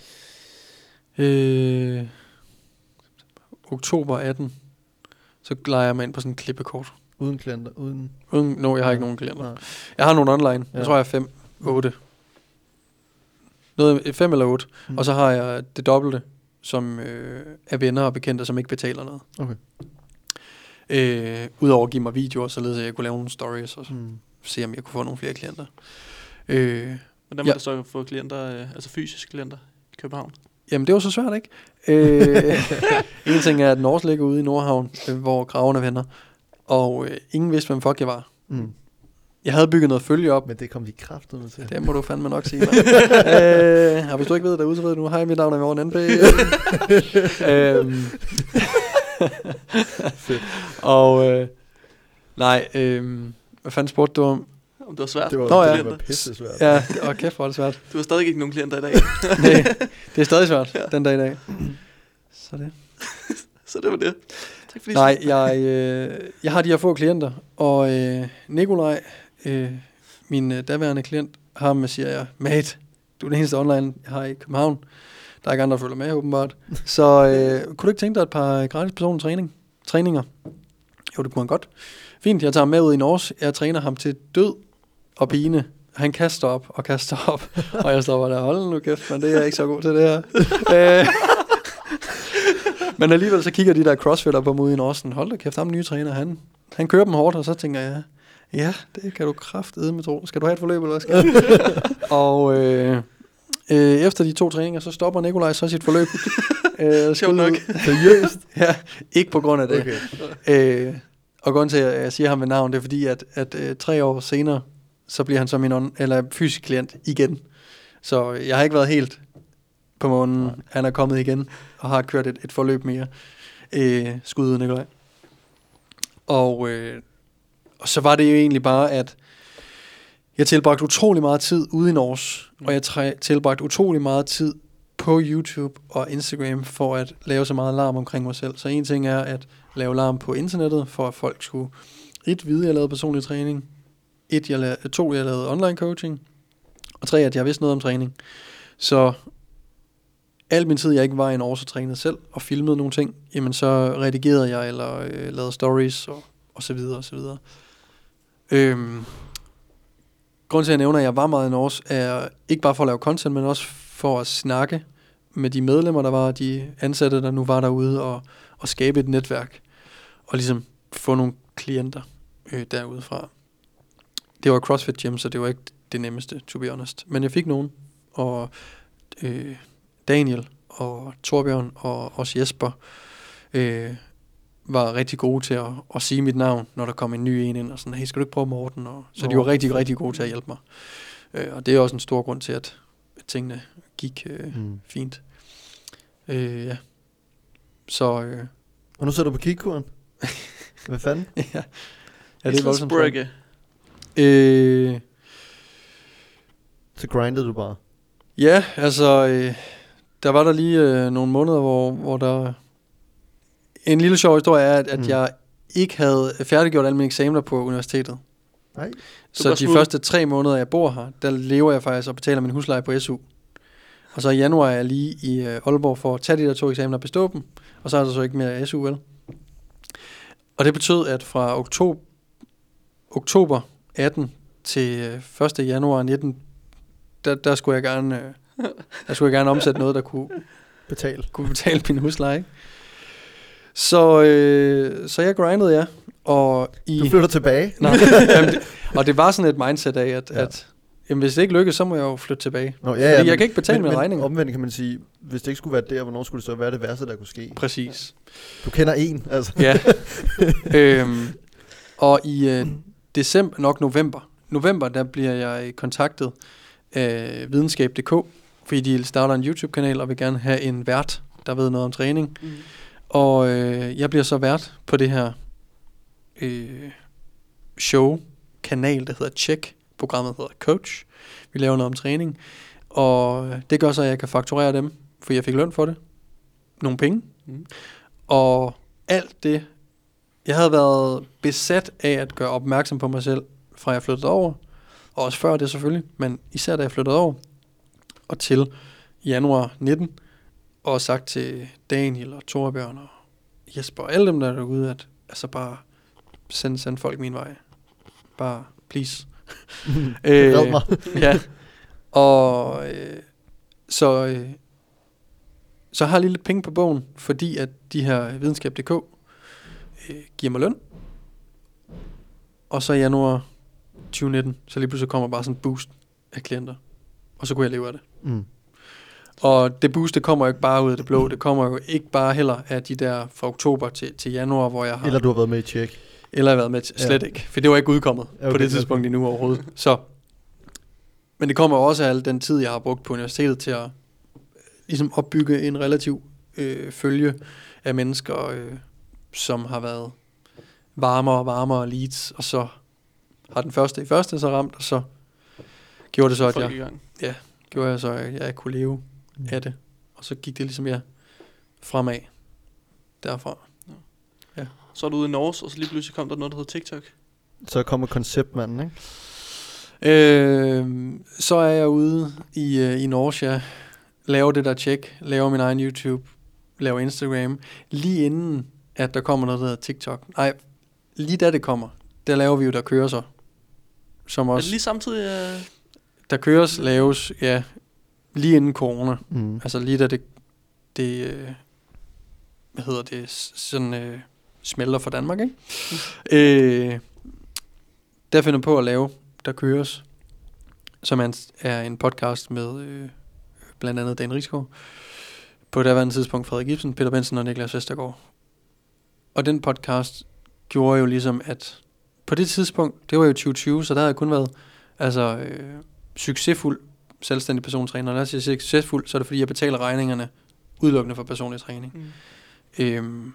Øh, oktober atten. Så leger jeg mig ind på sådan en klippekort. Uden klienter? Uden... Uden no, jeg har ikke nogen klienter. Nej. Jeg har nogle online. Ja. Jeg tror, jeg er fem, otte. Noget fem eller otte. Mm. Og så har jeg det dobbelte, som øh, er venner og bekendte, som ikke betaler noget. Okay. Øh, Udover at give mig videoer, således at jeg kunne lave nogle stories og mm. se, om jeg kunne få nogle flere klienter. Øh, Hvordan må ja. du så få klienter, øh, altså fysiske klienter i København? Jamen, det var så svært, ikke? Øh, en ting er, at Norge ligger ude i Nordhavn, øh, hvor Graverne vender, og øh, ingen vidste, hvem fuck jeg var. Mm. Jeg havde bygget noget følge op. Men det kom de kraftedeme til. Det må du fandme nok sige, øh, og hvis du ikke ved det derude, så ved du nu, hej, mit navn er Morten N P. øhm, Fedt. Og, øh, nej, øh, hvad fanden spurgte du om? Om det var svært. Det var, Nå, det ja. var pisse svært. Ja, og kæft, hvor er det svært. Du har stadig ikke nogen klienter i dag. Nej, det er stadig svært, ja. Den dag i dag. Så det. Så det var det. Tak fordi Nej, jeg, øh, jeg har de her få klienter, og øh, Nikolaj, øh, min øh, daværende klient, ham siger jeg, mate, du er den eneste online, jeg har i København. Der er ikke andre, der følger med, åbenbart. Så øh, kunne du ikke tænke dig et par gratis personlige træning, træninger? Jo, det kunne han godt. Fint, jeg tager ham med ud i Norge. Jeg træner ham til død og pine. Han kaster op og kaster op. Og jeg står bare der, hold nu kæft, men det er jeg ikke så god til det her. øh, men alligevel så kigger de der crossfitter på mig ude i Norge, sådan, hold da kæft, ham nye træner, han, han kører dem hårdt, og så tænker jeg, ja, det kan du kraftedeme tro. Skal du have et forløb, eller hvad skal jeg? Og øh, øh, efter de to træninger, så stopper Nikolaj så sit forløb. øh, Sjovt nok. Seriøst? Ja, ikke på grund af det. Okay. Øh, og grunden til, at jeg siger ham ved navn, det er fordi, at, at øh, tre år senere, så bliver han så min on- eller fysisk klient igen. Så jeg har ikke været helt på månen. Nej. Han er kommet igen og har kørt et, et forløb mere. Øh, skud ud, Nikolaj. Og, øh, og så var det jo egentlig bare, at jeg tilbragte utrolig meget tid ude i Norge, mm. og jeg træ- tilbragte utrolig meget tid på YouTube og Instagram for at lave så meget larm omkring mig selv. Så en ting er at lave larm på internettet, for at folk skulle et vide, at jeg lavede personlig træning, et, jeg lavede, to, jeg lavede online coaching, og tre, at jeg vidste noget om træning. Så al min tid, jeg ikke var i en år, så trænede selv og filmede nogle ting, jamen så redigerede jeg, eller øh, lavede stories, og, og så videre, og så videre. Øhm, grunden til, at jeg nævner, at jeg var meget i Norge, er ikke bare for at lave content, men også for at snakke med de medlemmer, der var, de ansatte, der nu var derude, og, og skabe et netværk, og ligesom få nogle klienter øh, derudefra. Det var CrossFit Gym, så det var ikke det nemmeste, to be honest. Men jeg fik nogen, og øh, Daniel og Torbjørn og også Jesper øh, var rigtig gode til at, at sige mit navn, når der kom en ny en ind, og sådan, hey, skal du ikke prøve Morten? Og, så de var rigtig, rigtig gode til at hjælpe mig. Øh, og det er også en stor grund til, at tingene gik øh, mm. fint. Øh, ja. Så, øh, Og nu sidder du på kigkuren. Hvad fanden? ja. Ja, det er voldsomt. Islandsbrygge. Øh, Så grindede du bare. ja, altså, øh, der var der lige øh, nogle måneder, hvor, hvor der... En lille sjov historie er, at, at Mm. jeg ikke havde færdiggjort alle mine eksamener på universitetet. Nej. Så var de smut. første tre måneder, jeg bor her, der lever jeg faktisk og betaler min husleje på S U. Og så i januar er jeg lige i øh, Aalborg for at tage de der to eksamener og bestå dem. Og så er der så ikke mere S U, vel? Og det betød, at fra oktober, oktober atten til øh, første januar nitten, der, der skulle jeg gerne, øh, der skulle jeg gerne omsætte noget, der kunne, Betal. kunne betale min husleje. Ikke? Så, øh, så jeg grindede, ja. Og i, Du flytter tilbage. nej, jamen, det, og det var sådan et mindset af, at, Ja. at jamen, hvis det ikke lykkes, så må jeg jo flytte tilbage. Nå, Fordi jeg kan ikke betale mine regninger. Omvendt kan man sige, hvis det ikke skulle være der, hvornår skulle det så være det værste, der kunne ske? Præcis. Du kender en, altså. Ja. øhm, og i øh, december, nok november, november, der bliver jeg kontaktet af videnskab punktum d k, fordi de starter en YouTube-kanal og vil gerne have en vært, der ved noget om træning. Mm. Og øh, jeg bliver så vært på det her øh, show, kanal, der hedder Check. Programmet hedder Coach. Vi laver noget om træning. Og det gør så, at jeg kan fakturere dem, for jeg fik løn for det. Nogle penge. Mm. Og alt det, jeg havde været besat af at gøre opmærksom på mig selv, fra jeg flyttede over, og også før det selvfølgelig, men især da jeg flyttede over, og til januar nitten, og sagt til Daniel og Torbjørn og Jesper og alle dem, der er derude, at altså bare send, send folk min vej. Bare, please. Red mig. Ja. Og øh, så, øh, så har jeg lige lidt penge på bogen, fordi at de her videnskab punktum d k øh, giver mig løn. Og så i januar tyve nitten, så lige pludselig kommer bare sådan en boost af klienter. Og så kunne jeg leve af det. Mm. Og det boost, det kommer jo ikke bare ud af det blå. Det kommer jo ikke bare heller af de der fra oktober til, til januar, hvor jeg har... Eller du har været med i Check. Eller jeg har været med til, slet Ja. ikke. For det var ikke udkommet Okay, på det tidspunkt okay. endnu overhovedet. Så, men det kommer jo også af al den tid, jeg har brugt på universitetet til at øh, ligesom opbygge en relativ øh, følge af mennesker, øh, som har været varmere og varmere leads, og så har den første i første så ramt, og så gjorde det så, at Folk i jeg, gang. gjorde jeg så, at jeg kunne leve Mm. af det. Og så gik det ligesom jeg fremad derfra. Så er du ude i Norge, og så lige pludselig kom der noget, der hedder TikTok. Så kommer konceptmanden, ikke? Øh, så er jeg ude i, øh, i Norge, ja. Laver det der check, laver min egen YouTube, laver Instagram. Lige inden, at der kommer noget, der hedder TikTok. Nej, lige da det kommer, der laver vi jo, der kører så. Som Er det også, lige samtidig? Uh... der køres, laves, ja, lige inden corona. Mm. Altså lige da det, det øh, hvad hedder det, s- sådan øh, smelter for Danmark, ikke? Mm. Øh, der finder jeg på at lave, der køres, som er en, er en podcast med øh, blandt andet Dan Risgaard, på det daværende tidspunkt Frederik Ibsen, Peter Benson og Niklas Vestergaard. Og den podcast gjorde jo ligesom, at på det tidspunkt, det var jo tyve tyve, så der havde jeg kun været altså, øh, succesfuld selvstændig persontræner. Når jeg siger succesfuld, så er det fordi, jeg betaler regningerne udelukkende for personlig træning. Mm. Øhm,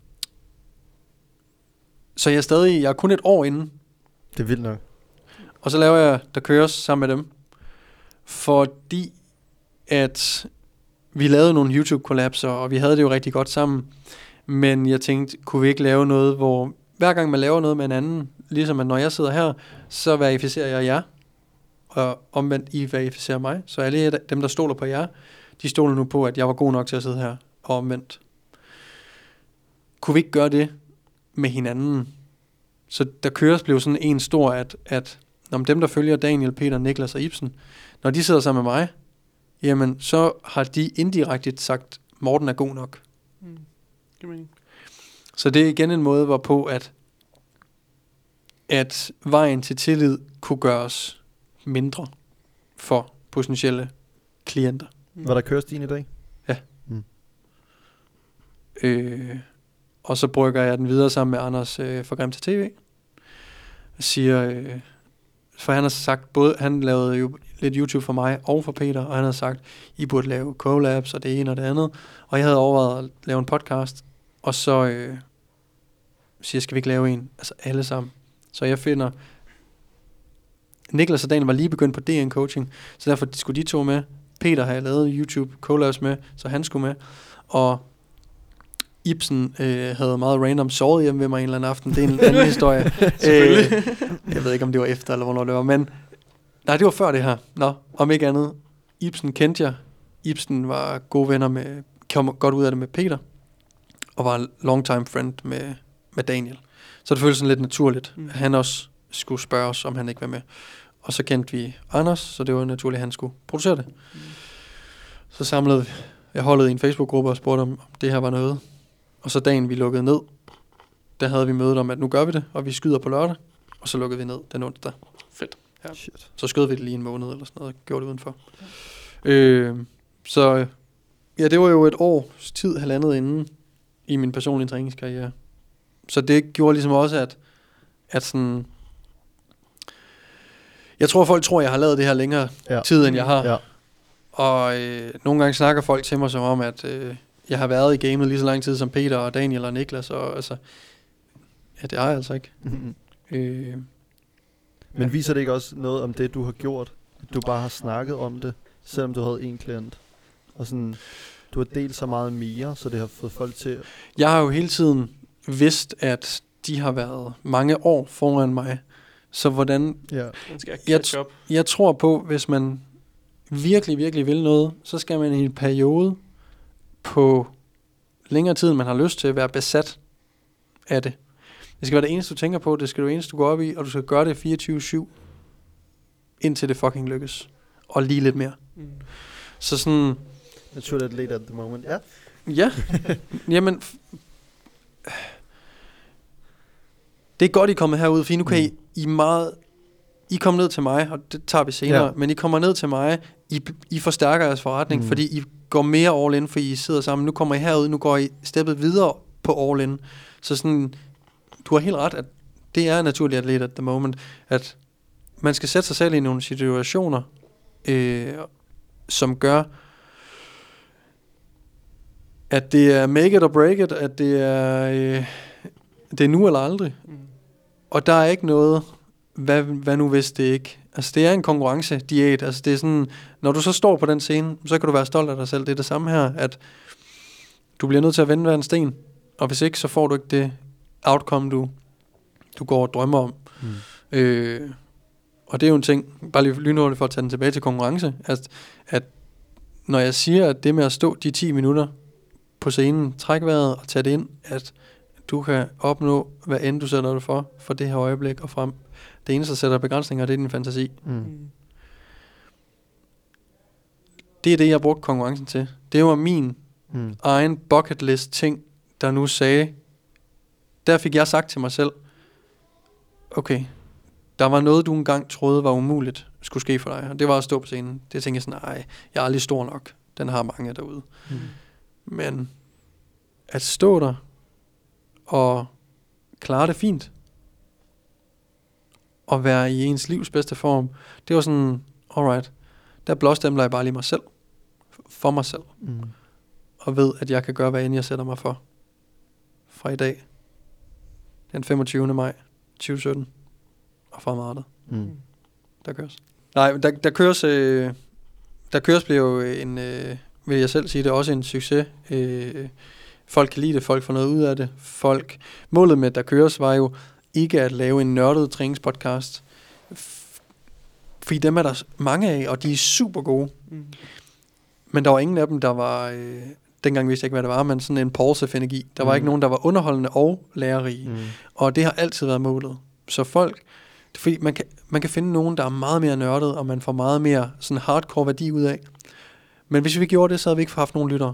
så jeg er stadig, jeg er kun et år inde, Det er vildt nok. og så laver jeg, der køres sammen med dem, fordi at vi lavede nogle YouTube-kollapser, og vi havde det jo rigtig godt sammen, men jeg tænkte, kunne vi ikke lave noget, hvor hver gang man laver noget med en anden, ligesom at når jeg sidder her, så verificerer jeg jer, og omvendt I verificerer mig, så alle dem, der stoler på jer, de stoler nu på, at jeg var god nok til at sidde her, og omvendt. Kunne vi ikke gøre det med hinanden? Så der køres blev sådan en stor, at, at når dem, der følger Daniel, Peter, Niklas og Ibsen, når de sidder sammen med mig, jamen så har de indirekte sagt, Morten er god nok. Mm. Giver mening. Så det er igen en måde, hvorpå at, at vejen til tillid kunne gøres mindre for potentielle klienter. Mm. Var der køres din i dag? Øh, og så brygger jeg den videre sammen med Anders øh, fra Grim til T V. Jeg siger, øh, for han har sagt, både, han lavede jo lidt YouTube for mig og for Peter, og han havde sagt, I burde lave collabs og det ene og det andet. Og jeg havde overvejet at lave en podcast, og så øh, siger jeg, skal vi ikke lave en? Altså alle sammen. Så jeg finder... Niklas og Daniel var lige begyndt på D N Coaching, så derfor skulle de to med. Peter har jeg lavet YouTube collabs med, så han skulle med. Og Ibsen øh, havde meget random sovet hjemme ved mig en eller anden aften. Det er en anden historie. øh, jeg ved ikke, om det var efter, eller hvornår det var, men nej, det var før det her. Nå, om ikke andet. Ibsen kendte jeg. Ibsen var gode venner med, kom godt ud af det med Peter, og var long time friend med, med Daniel. Så det føltes sådan lidt naturligt, mm. at han også skulle spørge os, om han ikke var med. Og så kendte vi Anders, så det var naturligt, at han skulle producere det. Mm. Så samlede jeg holdet i en Facebook-gruppe og spurgte, om, om det her var noget. Og så dagen vi lukkede ned, der havde vi mødet om, at nu gør vi det, og vi skyder på lørdag. Og så lukkede vi ned den onsdag. Fedt. Ja. Shit. Så skød vi det lige en måned eller sådan noget, og gjorde det udenfor. Ja. Øh, så ja, det var jo et års tid, halvandet inden i min personlige træningskarriere. Så det gjorde ligesom også, at, at sådan... Jeg tror, folk tror, jeg har lavet det her længere ja. tid, end jeg har. Ja. Og øh, nogle gange snakker folk til mig som om, at øh, jeg har været i gamet lige så lang tid som Peter og Daniel og Niklas. Og altså, ja, det har jeg altså ikke. Mm-hmm. Øh, Men ja. Viser det ikke også noget om det, du har gjort? Du bare har snakket om det, selvom du havde en klient. Og sådan, du har delt så meget mere, så det har fået folk til... Jeg har jo hele tiden vidst, at de har været mange år foran mig. Så hvordan... Ja. Jeg, t- jeg tror på, hvis man virkelig, virkelig vil noget, så skal man i en periode på længere tid, man har lyst til at være besat af det. Det skal være det eneste, du tænker på. Det skal være det eneste, du går op i, og du skal gøre det fireogtyve syv, indtil det fucking lykkes. Og lige lidt mere. Mm. Så sådan... Naturligt late at the moment, ja. Ja. Jamen... F- det er godt, I er kommet herud, for nu kan mm. I, I meget... I kommer ned til mig, og det tager vi senere, ja. Men I kommer ned til mig, I, I forstærker jeres forretning, mm. fordi I går mere all in, for I sidder sammen. Nu kommer I herud, nu går I steppet videre på all in. Så sådan, du har helt ret, at det er naturligt atlet at the moment, at man skal sætte sig selv i nogle situationer, øh, som gør, at det er make it or break it, at det er, øh, det er nu eller aldrig. Mm. Og der er ikke noget... Hvad, hvad nu hvis det ikke? Altså det er en konkurrencediæt. Altså det er sådan, når du så står på den scene, så kan du være stolt af dig selv. Det er det samme her, at du bliver nødt til at vende hver en sten, og hvis ikke, så får du ikke det outcome, du, du går og drømmer om. Mm. Øh, og det er jo en ting, bare lige lynhurtigt for at tage den tilbage til konkurrence, at, at når jeg siger, at det med at stå de ti minutter på scenen, træk vejret og tage det ind, at du kan opnå, hvad end du sætter dig for, for det her øjeblik og frem. Det eneste, der sætter begrænsninger, det er din fantasi. Mm. Det er det, jeg brugte konkurrencen til. Det var min mm. egen bucket list ting, der nu sagde, der fik jeg sagt til mig selv, okay, der var noget, du engang troede var umuligt, skulle ske for dig, og det var at stå på scenen. Det tænkte jeg sådan, nej, jeg er aldrig stor nok. Den har mange derude. Mm. Men at stå der og klare det fint, og være i ens livs bedste form, det var sådan, alright, der blåstempler jeg bare lige mig selv, for mig selv, mm. og ved, at jeg kan gøre, hvad end jeg sætter mig for, fra i dag, den femogtyvende maj tyve sytten, og fremadrettet. Mm. Der køres. Nej, der, der køres, øh, der køres bliver jo en, øh, vil jeg selv sige, det er også en succes. Øh, folk kan lide det, folk får noget ud af det, folk, målet med, der køres, var jo, ikke at lave en nørdet træningspodcast. Fordi dem er der mange af, og de er super gode. Mm. Men der var ingen af dem, der var... Øh, dengang vidste jeg ikke, hvad det var, men sådan en pulse-energi. Der var mm. ikke nogen, der var underholdende og lærerige. Mm. Og det har altid været målet. Så folk... Fordi man kan, man kan finde nogen, der er meget mere nørdet, og man får meget mere sådan hardcore værdi ud af. Men hvis vi gjorde det, så havde vi ikke haft nogen lyttere.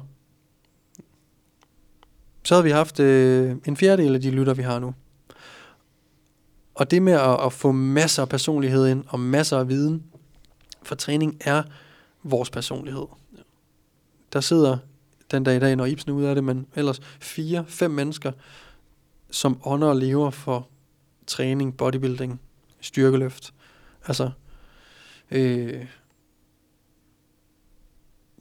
Så havde vi haft øh, en fjerdedel af de lyttere, vi har nu. Og det med at, at få masser af personlighed ind, og masser af viden, for træning er vores personlighed. Ja. Der sidder den dag i dag, når Ibsen er ude af det, men ellers fire, fem mennesker, som ånder og lever for træning, bodybuilding, styrkeløft. Altså, øh,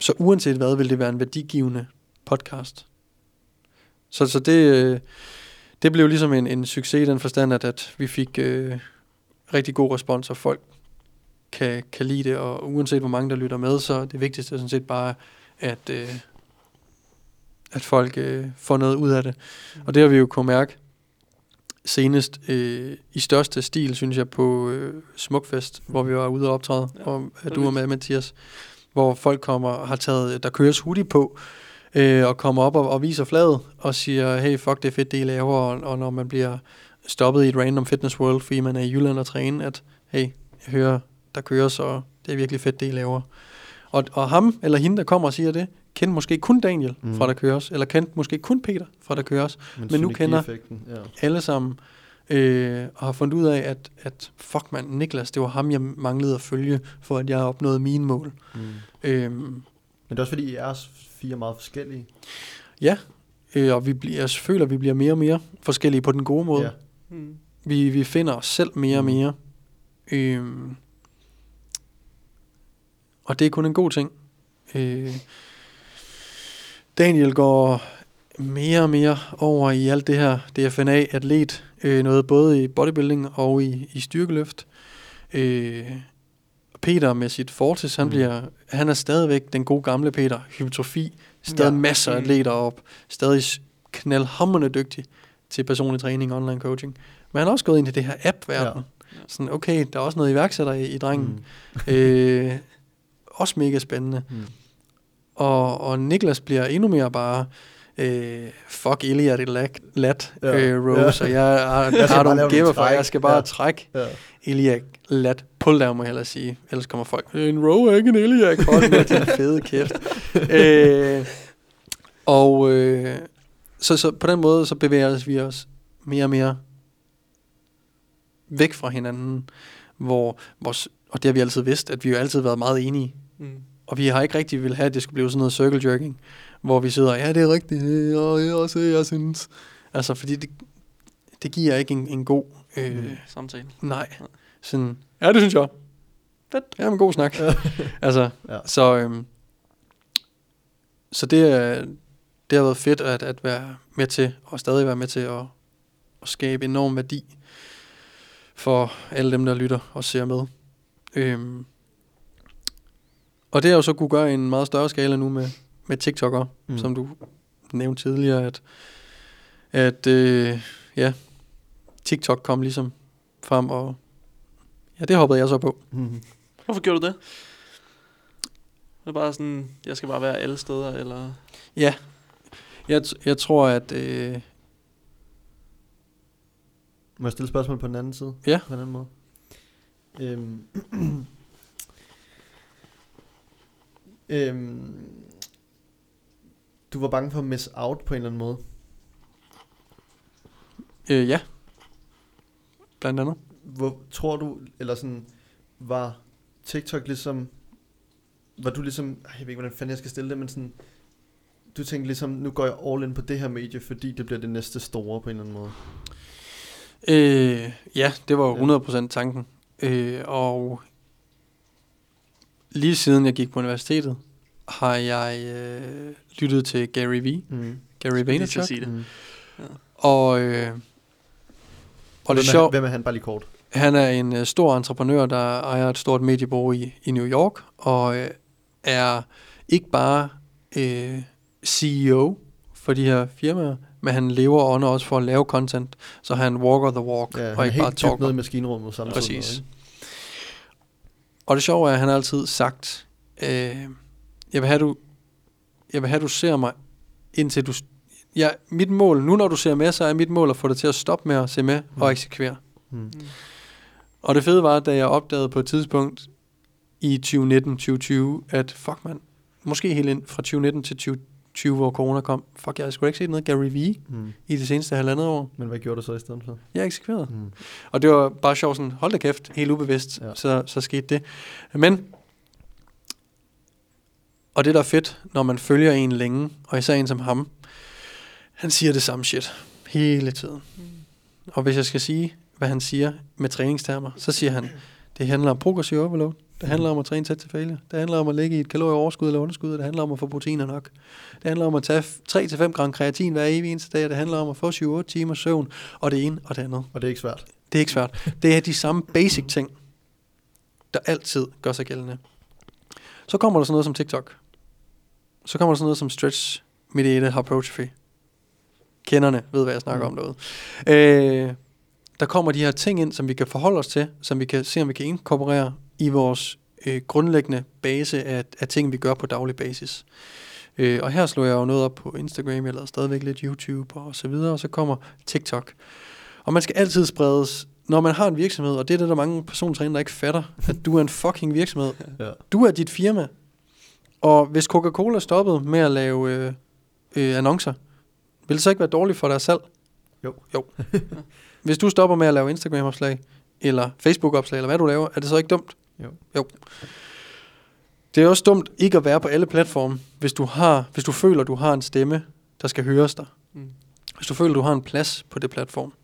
så uanset hvad, vil det være en værdigivende podcast. Så, så det, det blev ligesom en, en succes i den forstand, at, at vi fik øh, rigtig god respons, og folk kan, kan lide det, og uanset hvor mange der lytter med, så det vigtigste er sådan set bare, at, øh, at folk øh, får noget ud af det. Mm. Og det har vi jo kunnet mærke senest øh, i største stil, synes jeg, på øh, Smukfest, hvor vi var ude og optræde, ja, og at du var med, Mathias, hvor folk kommer og har taget, der køres hoodie på, øh, og kommer op og, og viser flaget, og siger, hey, fuck, det er fedt, det I laver, og, og når man bliver stoppet i et random fitness world, fordi man er i Jylland og træne, at hey, jeg hører, der køres, og det er virkelig fedt, det I laver. Og, og ham, eller hende, der kommer og siger det, kendte måske kun Daniel mm. fra der køres, eller kendte måske kun Peter fra der køres, men, men nu kender ja. alle sammen, øh, og har fundet ud af, at, at fuck man, Niklas, det var ham, jeg manglede at følge, for at jeg opnåede mine mål. Mm. Øhm, men det er også fordi, I er fire meget forskellige. Ja, øh, og vi bliver, jeg føler, at vi bliver mere og mere forskellige på den gode måde. Ja. Mm. Vi, vi finder os selv mere og mere. Øhm, og det er kun en god ting. Øh, Daniel går mere og mere over i alt det her D F N A-atlet, øh, noget både i bodybuilding og i, i styrkeløft. Øh, Peter med sit Fortis, han, mm. bliver, han er stadigvæk den gode gamle Peter, hypertrofi, stadig ja. masser af atleter op, stadig knaldhamrende dygtig til personlig træning og online coaching. Men han er også gået ind i det her app-verden. Ja. Sådan, okay, der er også noget iværksætter i, i drengen. Mm. øh, også mega spændende. Mm. Og, og Niklas bliver endnu mere bare øh, fuck Iliad i lat, lat ja. øh, Rose, ja. og jeg har, har nogle giver for, jeg skal bare ja. trække ja. Iliad lat, pull down, må jeg hellere sige. Ellers kommer folk, en row er ikke en Iliad, hold med din fede kæft. øh, og øh, så, så på den måde, så bevæger vi os mere og mere væk fra hinanden, hvor vores, og det har vi altid vidst, at vi jo altid været meget enige. Mm. Og vi har ikke rigtig vil have, at det skulle blive sådan noget circle jerking, hvor vi sidder, ja, det er rigtigt, og jeg også, jeg synes. Altså, fordi det, det giver ikke en, en god øh, mm, samtale. Nej. Sådan, ja, det synes jeg. Fedt. Ja, en god snak. altså, ja. så, øhm, så det, er, det har været fedt at, at være med til, og stadig være med til at, at skabe enorm værdi for alle dem, der lytter og ser med. Øhm, Og det har jo så kunne gøre i en meget større skala nu med, med TikTok'ere, mm. som du nævnte tidligere, at, at øh, ja, TikTok kom ligesom frem, og ja, det hoppede jeg så på. Mm. Hvorfor gjorde du det? Det er bare sådan, jeg skal bare være alle steder, eller? Ja, jeg, t- jeg tror, at... Øh, Må jeg stille spørgsmål på den anden side? Ja. På den anden måde? Øhm... Øhm, du var bange for at miss out på en eller anden måde? Øh, ja. Blandt andet. Hvor tror du, eller sådan, var TikTok ligesom, var du ligesom, jeg ved ikke, hvordan fanden jeg skal stille det, men sådan, du tænkte ligesom, nu går jeg all in på det her medie, fordi det bliver det næste store på en eller anden måde? Øh, ja, det var jo hundrede procent tanken. Øh, og lige siden jeg gik på universitetet, har jeg øh, lyttet til Gary V. Mm. Gary Vaynerchuk. Mm. Ja. Og, øh, og det er sjovt. Hvem er han, bare lige kort? Han er en øh, stor entreprenør, der ejer et stort mediebureau i, i New York, og øh, er ikke bare øh, C E O for de her firmaer, men han lever under også for at lave content, så han walker the walk, ja, og ikke bare talker. Han er helt ned i maskinrummet samtidig. Præcis. Og det sjove er, at han har altid sagt, øh, jeg vil have du, jeg vil have du ser mig indtil du, ja, mit mål, nu når du ser med, så er mit mål at få dig til at stoppe med at se med mm. og eksekvere. Mm. Mm. Og det fede var, da jeg opdagede på et tidspunkt i tyve nitten tyve tyve, at fuck man, måske helt ind fra tyve nitten til tyve tyve, hvor corona kom, fuck, jeg har sgu ikke set noget Gary V mm. i det seneste halvandet år. Men hvad gjorde du så i stedet for? Jeg eksekverede. Mm. Og det var bare sjovt sådan, hold da kæft, helt ubevidst, ja. så, så skete det. Men, og det der er fedt, når man følger en længe, og især en som ham, han siger det samme shit, hele tiden. Mm. Og hvis jeg skal sige, hvad han siger med træningstermer, så siger han, det handler om progressiv overload, Det handler om at træne tæt til failure. Det handler om at ligge i et kalorieoverskud eller underskud. Det handler om at få proteiner nok. Det handler om at tage tre til fem gram kreatin hver evig eneste dag. Det handler om at få syv otte timer søvn. Og det ene og det andet. Og det er ikke svært. Det er ikke svært. Det er de samme basic ting, der altid gør sig gældende. Så kommer der sådan noget som TikTok. Så kommer der sådan noget som stretch mediated hypertrophy. Kenderne ved, hvad jeg snakker mm. om derude. Øh, der kommer de her ting ind, som vi kan forholde os til, som vi kan se, om vi kan inkorporere i vores øh, grundlæggende base af, af ting, vi gør på daglig basis. Øh, og her slår jeg jo noget op på Instagram, jeg lavede stadigvæk lidt YouTube og så videre, og så kommer TikTok. Og man skal altid spredes, når man har en virksomhed, og det er det, der mange persontræner, der ikke fatter, at du er en fucking virksomhed. Ja. Du er dit firma. Og hvis Coca-Cola stoppede med at lave øh, øh, annoncer, vil det så ikke være dårligt for deres salg? Jo. Jo. Hvis du stopper med at lave Instagram-opslag, eller Facebook-opslag, eller hvad du laver, er det så ikke dumt? Jo. Jo. Det er også dumt ikke at være på alle platforme, hvis du har, hvis du føler, du har en stemme, der skal høres dig. Mm. Hvis du føler, du har en plads på det platform.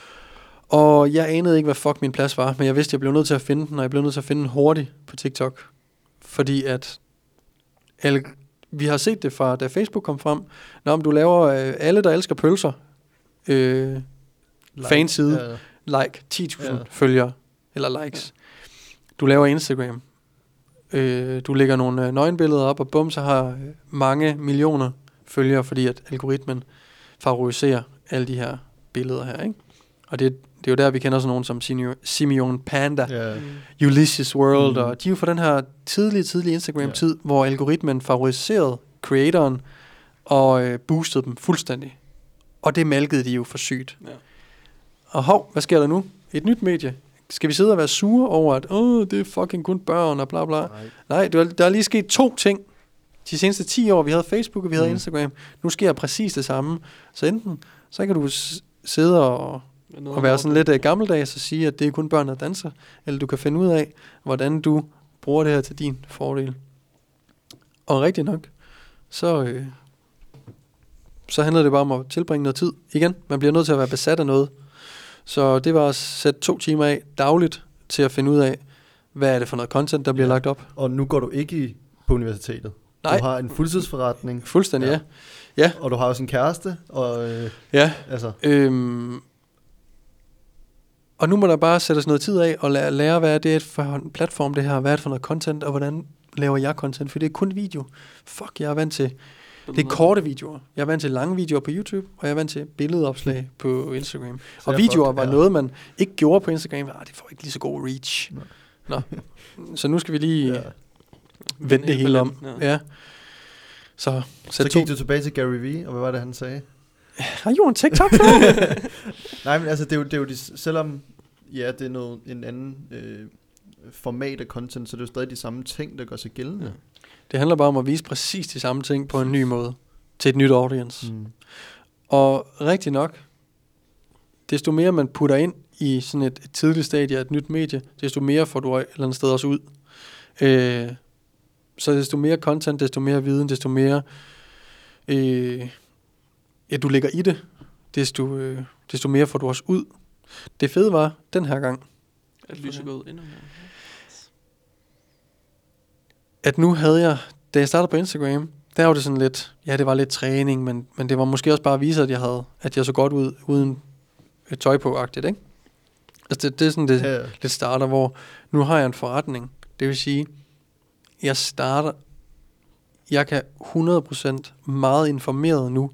Og jeg anede ikke, hvad fuck min plads var, men jeg vidste, jeg blev nødt til at finde den, og jeg blev nødt til at finde den hurtigt på TikTok. Fordi at alle, vi har set det fra, da Facebook kom frem, når du laver øh, alle, der elsker pølser, øh, like, fanside, yeah. like, ti tusind yeah. følgere, eller likes. Du laver Instagram. Øh, du lægger nogle øh, nøgenbilleder op, og bum, så har øh, mange millioner følgere, fordi at algoritmen favoriserer alle de her billeder her, ikke? Og det, det er jo der, vi kender sådan nogen som Simeon Panda, yeah. Ulysses World, mm. og de er jo fra den her tidlige, tidlige Instagram-tid, yeah. hvor algoritmen favoriserede creatoren og øh, boostede dem fuldstændig. Og det malkede de jo for sygt. Yeah. Og hov, hvad sker der nu? Et nyt medie. Skal vi sidde og være sure over, at åh, det er fucking kun børn og bla bla? Nej, Nej der, der er lige sket to ting. De seneste ti år, vi havde Facebook, og vi havde mm. Instagram. Nu sker præcis det samme. Så enten, så kan du s- sidde og, og være sådan lidt uh, gammeldags og sige, at det er kun børn, der danser. Eller du kan finde ud af, hvordan du bruger det her til din fordel. Og rigtigt nok, så, øh, så handler det bare om at tilbringe noget tid. Igen, man bliver nødt til at være besat af noget. Så det var at sætte to timer af dagligt til at finde ud af, hvad er det for noget content, der bliver ja. lagt op. Og nu går du ikke i, på universitetet. Nej. Du har en fuldtidsforretning. Fuldstændig, ja. ja. ja. Og du har også en kæreste. Og, øh, ja. Altså. Øhm, og nu må der bare sættes noget tid af og lære, lære hvad er det for en platform det her, hvad er det for noget content, og hvordan laver jeg content, for det er kun video. Fuck, jeg er vant til... Det er korte videoer. Jeg er vant til lange videoer på YouTube, og jeg er vant til billedopslag på Instagram. Og videoer fuck, var ja. noget, man ikke gjorde på Instagram. Ah, det får ikke lige så god reach. Nå. Nå. Så nu skal vi lige ja. vende det hele om. Ja. Ja. Så, så gik to... du tilbage til Gary Vee, og hvad var det, han sagde? Har you on TikTok? Nej, men altså, det er jo, det er jo de, selvom ja, det er noget, en anden øh, format af content, så det er jo stadig de samme ting, der gør sig gældende. Ja. Det handler bare om at vise præcis de samme ting på en ny måde, til et nyt audience. Mm. Og rigtig nok, desto mere man putter ind i sådan et, et tidligt stadie af et nyt medie, desto mere får du et eller andet sted også ud. Øh, så desto mere content, desto mere viden, desto mere øh, ja, du lægger i det, desto, øh, desto mere får du også ud. Det fede var den her gang, at lyset går ud endnu mere. At nu havde jeg, da jeg startede på Instagram, der var det sådan lidt, ja, det var lidt træning, men, men det var måske også bare at vise, at jeg havde, at jeg så godt ud, uden et tøj på-agtigt, ikke? Altså det, det er sådan, det ja. lidt starter, hvor nu har jeg en forretning. Det vil sige, jeg starter, jeg kan hundrede procent meget informeret nu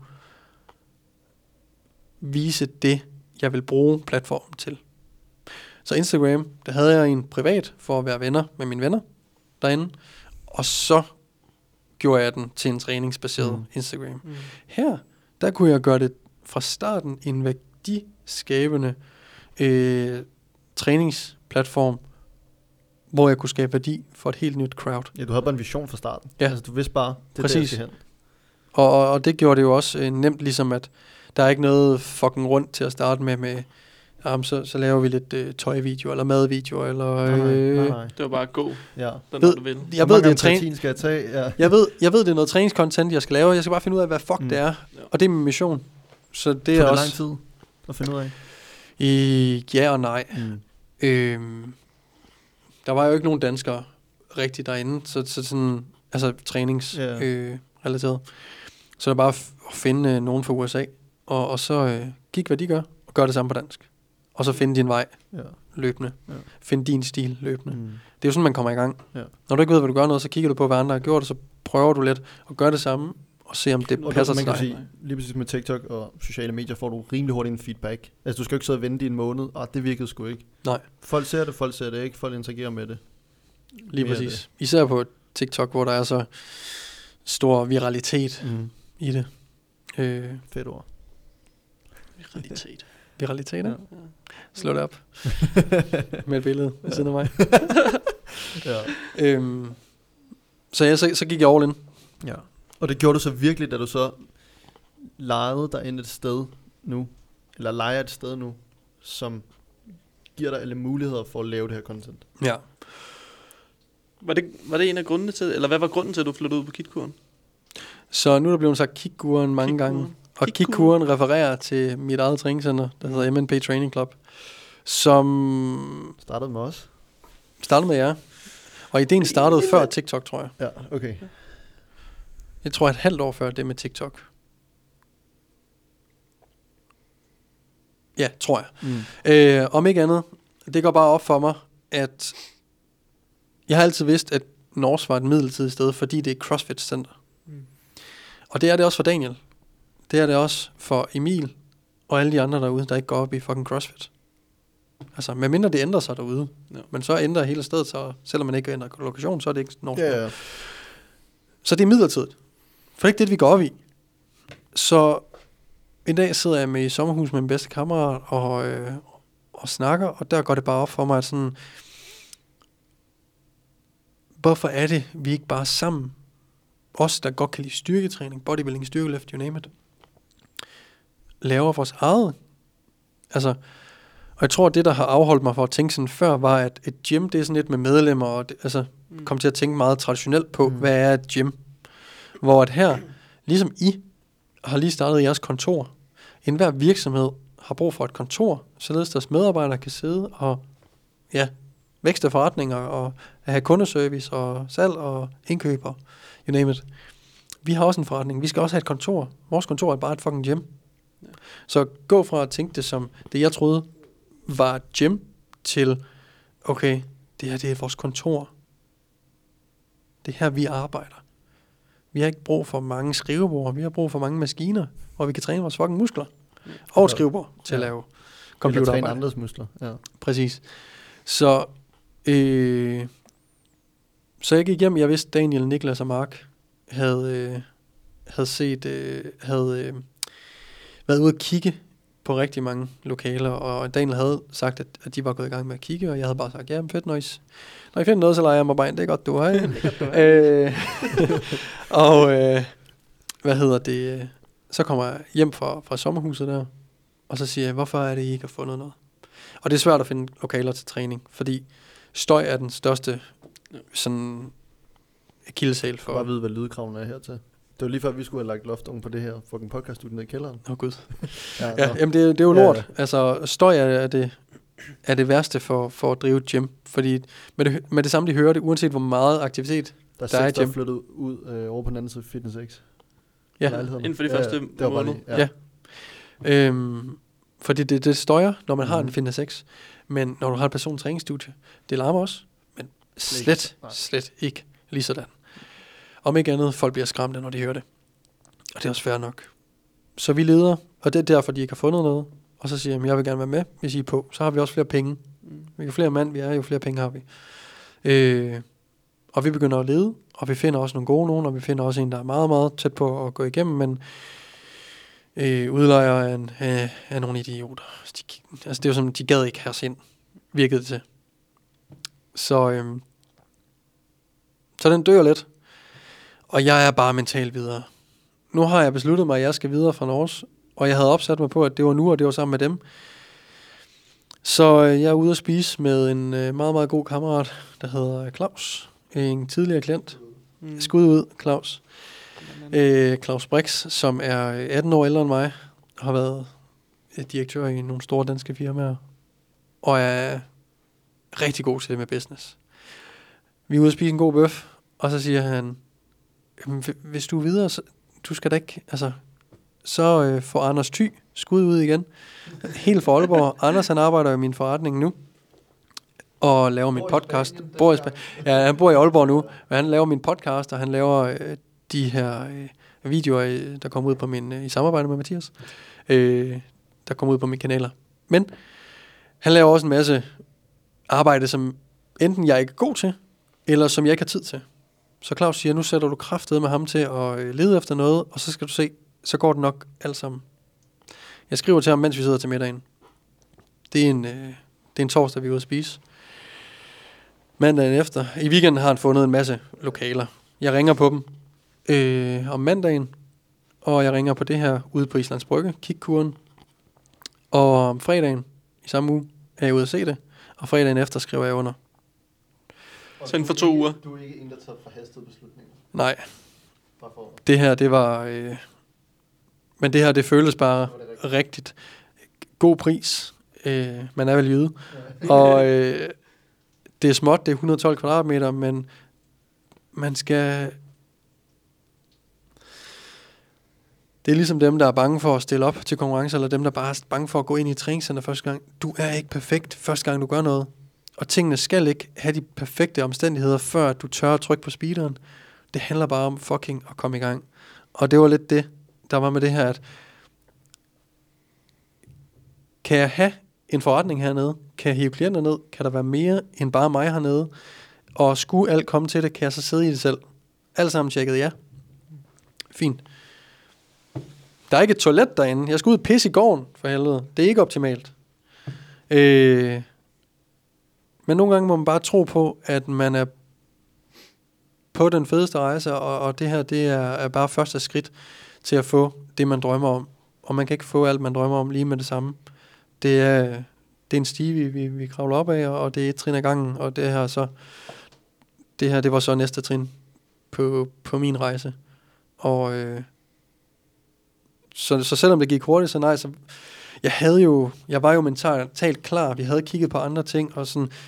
vise det, jeg vil bruge platformen til. Så Instagram, der havde jeg en privat for at være venner med mine venner derinde. Og så gjorde jeg den til en træningsbaseret mm. Instagram. Mm. Her, der kunne jeg gøre det fra starten en værdiskabende øh, træningsplatform, hvor jeg kunne skabe værdi for et helt nyt crowd. Ja, du havde bare en vision fra starten. Ja. Altså, du vidste bare, det er præcis. Der, jeg skal hen. Og, og, og det gjorde det jo også øh, nemt, ligesom at der er ikke noget fucking rundt til at starte med, med Jamen, så, så laver vi lidt øh, tøjvideo eller madvideo eller øh, nej, nej, nej. Det var bare at gå. Ja. Den ved, du vil. Jeg ved det er træning. Skal jeg tage? Ja. Jeg ved jeg ved det er noget træningscontent jeg skal lave. Jeg skal bare finde ud af hvad fuck mm. det er. Ja. Og det er min mission. Så det er det også lang tid at finde ud af. I ja og nej. Mm. Øhm, der var jo ikke nogen danskere rigtigt derinde, så, så sådan, altså træningsrelateret. Ja. Øh, relateret. så er det bare f- at finde øh, nogen fra U S A, og, og så øh, kigge, hvad de gør, og gøre det samme på dansk. Og så finde din vej Ja. løbende. Ja. Find din stil løbende. Mm. Det er jo sådan, man kommer i gang. Ja. Når du ikke ved, hvad du gør noget, så kigger du på, hvad andre har gjort, og så prøver du lidt at gøre det samme, og se, om det Og passer man til kan dig. sige, lige præcis med TikTok og sociale medier, får du rimelig hurtigt en feedback. Altså, du skal jo ikke sidde og vente i en måned, og det virkede sgu ikke. Nej. Folk ser det, folk ser det ikke, folk interagerer med det. Lige Mere præcis. Især på TikTok, hvor der er så stor viralitet Mm. i det. Øh, Fedt ord. Realitet. viralitet, Ja. ja. Slå det op med et billede ved siden af mig. Ja. øhm, så, ja, så, så gik jeg all in. Ja. Og det gjorde du så virkelig, da du så lejede dig ind et sted nu, eller leger et sted nu, som giver dig alle muligheder for at lave det her content. Ja. Var det, var det en af grundene til, eller hvad var grunden til, at du flyttede ud på KIT-kuren? Så nu er der blevet sagt kigkuren mange Kigkuren. gange. Og Kigkuren. kigkuren refererer til mit eget træningscenter, der hedder M N P Training Club, som Startede med os. startede med jer. Og ideen startede før TikTok, tror jeg. Ja, okay. Jeg tror et halvt år før det med TikTok. Ja, tror jeg. Mm. Øh, om ikke andet, det går bare op for mig, at jeg har altid vidst, at Norse var et midlertidigt sted, fordi det er et CrossFit-center. Mm. Og det er det også for Daniel. Det er det også for Emil og alle de andre derude, der ikke går op i fucking CrossFit. Altså, medmindre det ændrer sig derude. Ja. Men så ændrer hele stedet, så selvom man ikke ændrer lokation, så er det ikke Norse. Ja, ja. Så det er midlertidigt. For det er ikke det, vi går op i. Så en dag sidder jeg med i sommerhus med min bedste kammerat og, øh, og snakker, og der går det bare op for mig, at sådan, hvorfor er det, vi ikke bare sammen, os der godt kan lide styrketræning, bodybuilding, styrkeløft, you name it, laver vores eget. Altså, og jeg tror, at det, der har afholdt mig for at tænke sådan før, var, at et gym, det er sådan lidt med medlemmer, og det, altså, Mm. kom til at tænke meget traditionelt på, Mm. mm. hvad er et gym? Hvor at her, ligesom I har lige startet jeres kontor, enhver virksomhed har brug for et kontor, således deres medarbejdere kan sidde og ja, vækste forretninger og have kundeservice og salg og indkøber, you name it. Vi har også en forretning. Vi skal også have et kontor. Vores kontor er bare et fucking gym. Ja. Så gå fra at tænke det som det, jeg troede var et gym, til okay, det her det er vores kontor. Det er her, vi arbejder. Vi har ikke brug for mange skrivebord. Vi har brug for mange maskiner, hvor vi kan træne vores fucking muskler. Og et skrivebord til at Ja. lave Eller træne computerarbejde. andres muskler. Ja. Præcis. Så, øh, så jeg gik hjem. Jeg vidste, Daniel, Niklas og Mark havde, øh, havde set, øh, havde øh, været ude at kigge på rigtig mange lokaler, og Daniel havde sagt, at, at de var gået i gang med at kigge, og jeg havde bare sagt, ja, fedt, når I, når I finder noget, så leger jeg mig bare ind. Det er godt, du har. øh, og øh, hvad hedder det? Så kommer jeg hjem fra, fra sommerhuset der, og så siger jeg, hvorfor er det, I ikke har fundet noget? Og det er svært at finde lokaler til træning, fordi støj er den største sådan akilleshæl For bare for... vide, hvad lydkravene er hertil. Det var lige før, vi skulle have lagt loft oven på det her fucking podcaststudie ned i kælderen. Åh oh, gud. Ja, Ja, nå. jamen det, det er jo Ja, lort. ja. Altså støj er, er, det, er det værste for, for at drive et gym, fordi med det, med det samme, de hører det, uanset hvor meget aktivitet. Der er der er seks, der er gym. flyttet ud øh, over på den anden side af Fitness X. Ja. Lejligheden. Inden for de Ja, første ja, det var bare måned. lige, ja. Ja. Øhm, fordi det, det støjer, når man har Mhm. en Fitness X. Men når du har et personligt træningsstudie, det larmer også, men slet, ikke. Nej. slet ikke lige sådan. Om ikke andet, folk bliver skræmte, når de hører det. Og det er også fair nok. Så vi leder, og det er derfor, de ikke har fundet noget. Og så siger jeg, jeg vil gerne være med, hvis I er på. Så har vi også flere penge. Mm. Jo flere mand vi er, jo flere penge har vi. Øh, og vi begynder at lede, og vi finder også nogle gode nogen, og vi finder også en, der er meget, meget tæt på at gå igennem, men øh, udlejer er, en, er, er nogle idioter. De, altså det er jo som, de gad ikke have os ind, virkede det til. Så, øh, så den dør lidt, og jeg er bare mentalt videre. Nu har jeg besluttet mig, at jeg skal videre fra Norge, og jeg havde opsat mig på, at det var nu, og det var sammen med dem. Så øh, jeg er ude at spise med en øh, meget, meget god kammerat, der hedder Claus. En tidligere klient. Mm. Skud ud, Claus. Øh, Claus Brix, som er atten år ældre end mig, har været øh, direktør i nogle store danske firmaer, og er rigtig god til det med business. vi er ude at spise en god bøf, og så siger han, hvis du er videre, så, du skal da ikke, altså, så øh, får Anders Thy skud ud igen. Helt fra Aalborg. Anders, han arbejder i min forretning nu, og laver min podcast. Bor i ja, han bor i Aalborg nu, men han laver min podcast, og han laver øh, de her øh, videoer, øh, der kommer ud på min, øh, i samarbejde med Mathias, øh, der kommer ud på mine kanaler. Men han laver også en masse arbejde, som enten jeg ikke er god til, eller som jeg ikke har tid til. Så Claus siger, nu sætter du kraftedet med ham til at øh, lede efter noget, og så skal du se, så går det nok alt sammen. Jeg skriver til ham, mens vi sidder til middagen. Det er en, øh, det er en torsdag, vi er ude at spise. Mandagen efter. I weekenden har han fundet en masse lokaler. Jeg ringer på dem øh, om mandagen, og jeg ringer på det her ude på Islands Brygge, Kigkuren. Og om fredagen i samme uge er jeg ude at se det, og fredagen efter skriver jeg under. Så inden for to uger. Du er ikke en, der tager forhastede beslutninger? Nej. Det her, det var... Øh, men det her, det føles bare det rigtigt. rigtigt. God pris. Øh, man er vel jyde. Ja. Og øh, det er småt, det er et hundrede og tolv kvadratmeter, men man skal... Det er ligesom dem, der er bange for at stille op til konkurrence, eller dem, der bare er bange for at gå ind i et træningscenter første gang. Du er ikke perfekt første gang, du gør noget. Og tingene skal ikke have de perfekte omstændigheder, før du tør at trykke på speederen. Det handler bare om fucking at komme i gang. Og det var lidt det, der var med det her, at kan jeg have en forretning hernede? Kan jeg hive klienter ned? Kan der være mere end bare mig hernede? Og skulle alt komme til det, kan jeg så sidde i det selv? Alt sammen tjekket ja. Fint. Der er ikke et toilet derinde. Jeg skal ud og pisse i gården, for helvede. Det er ikke optimalt. Øh, men nogle gange må man bare tro på, at man er på den fedeste rejse, og, og det her, det er, er bare første skridt til at få det, man drømmer om. Og man kan ikke få alt, man drømmer om lige med det samme. Det er, det er en stige, vi, vi, vi kravler op af, og det er et trin ad gangen, og det her, så, det her, det var så næste trin på, på min rejse. Og øh, så, så selvom det gik hurtigt, så nej, så jeg havde jo, jeg var jo mentalt klar, vi havde kigget på andre ting, og sådan,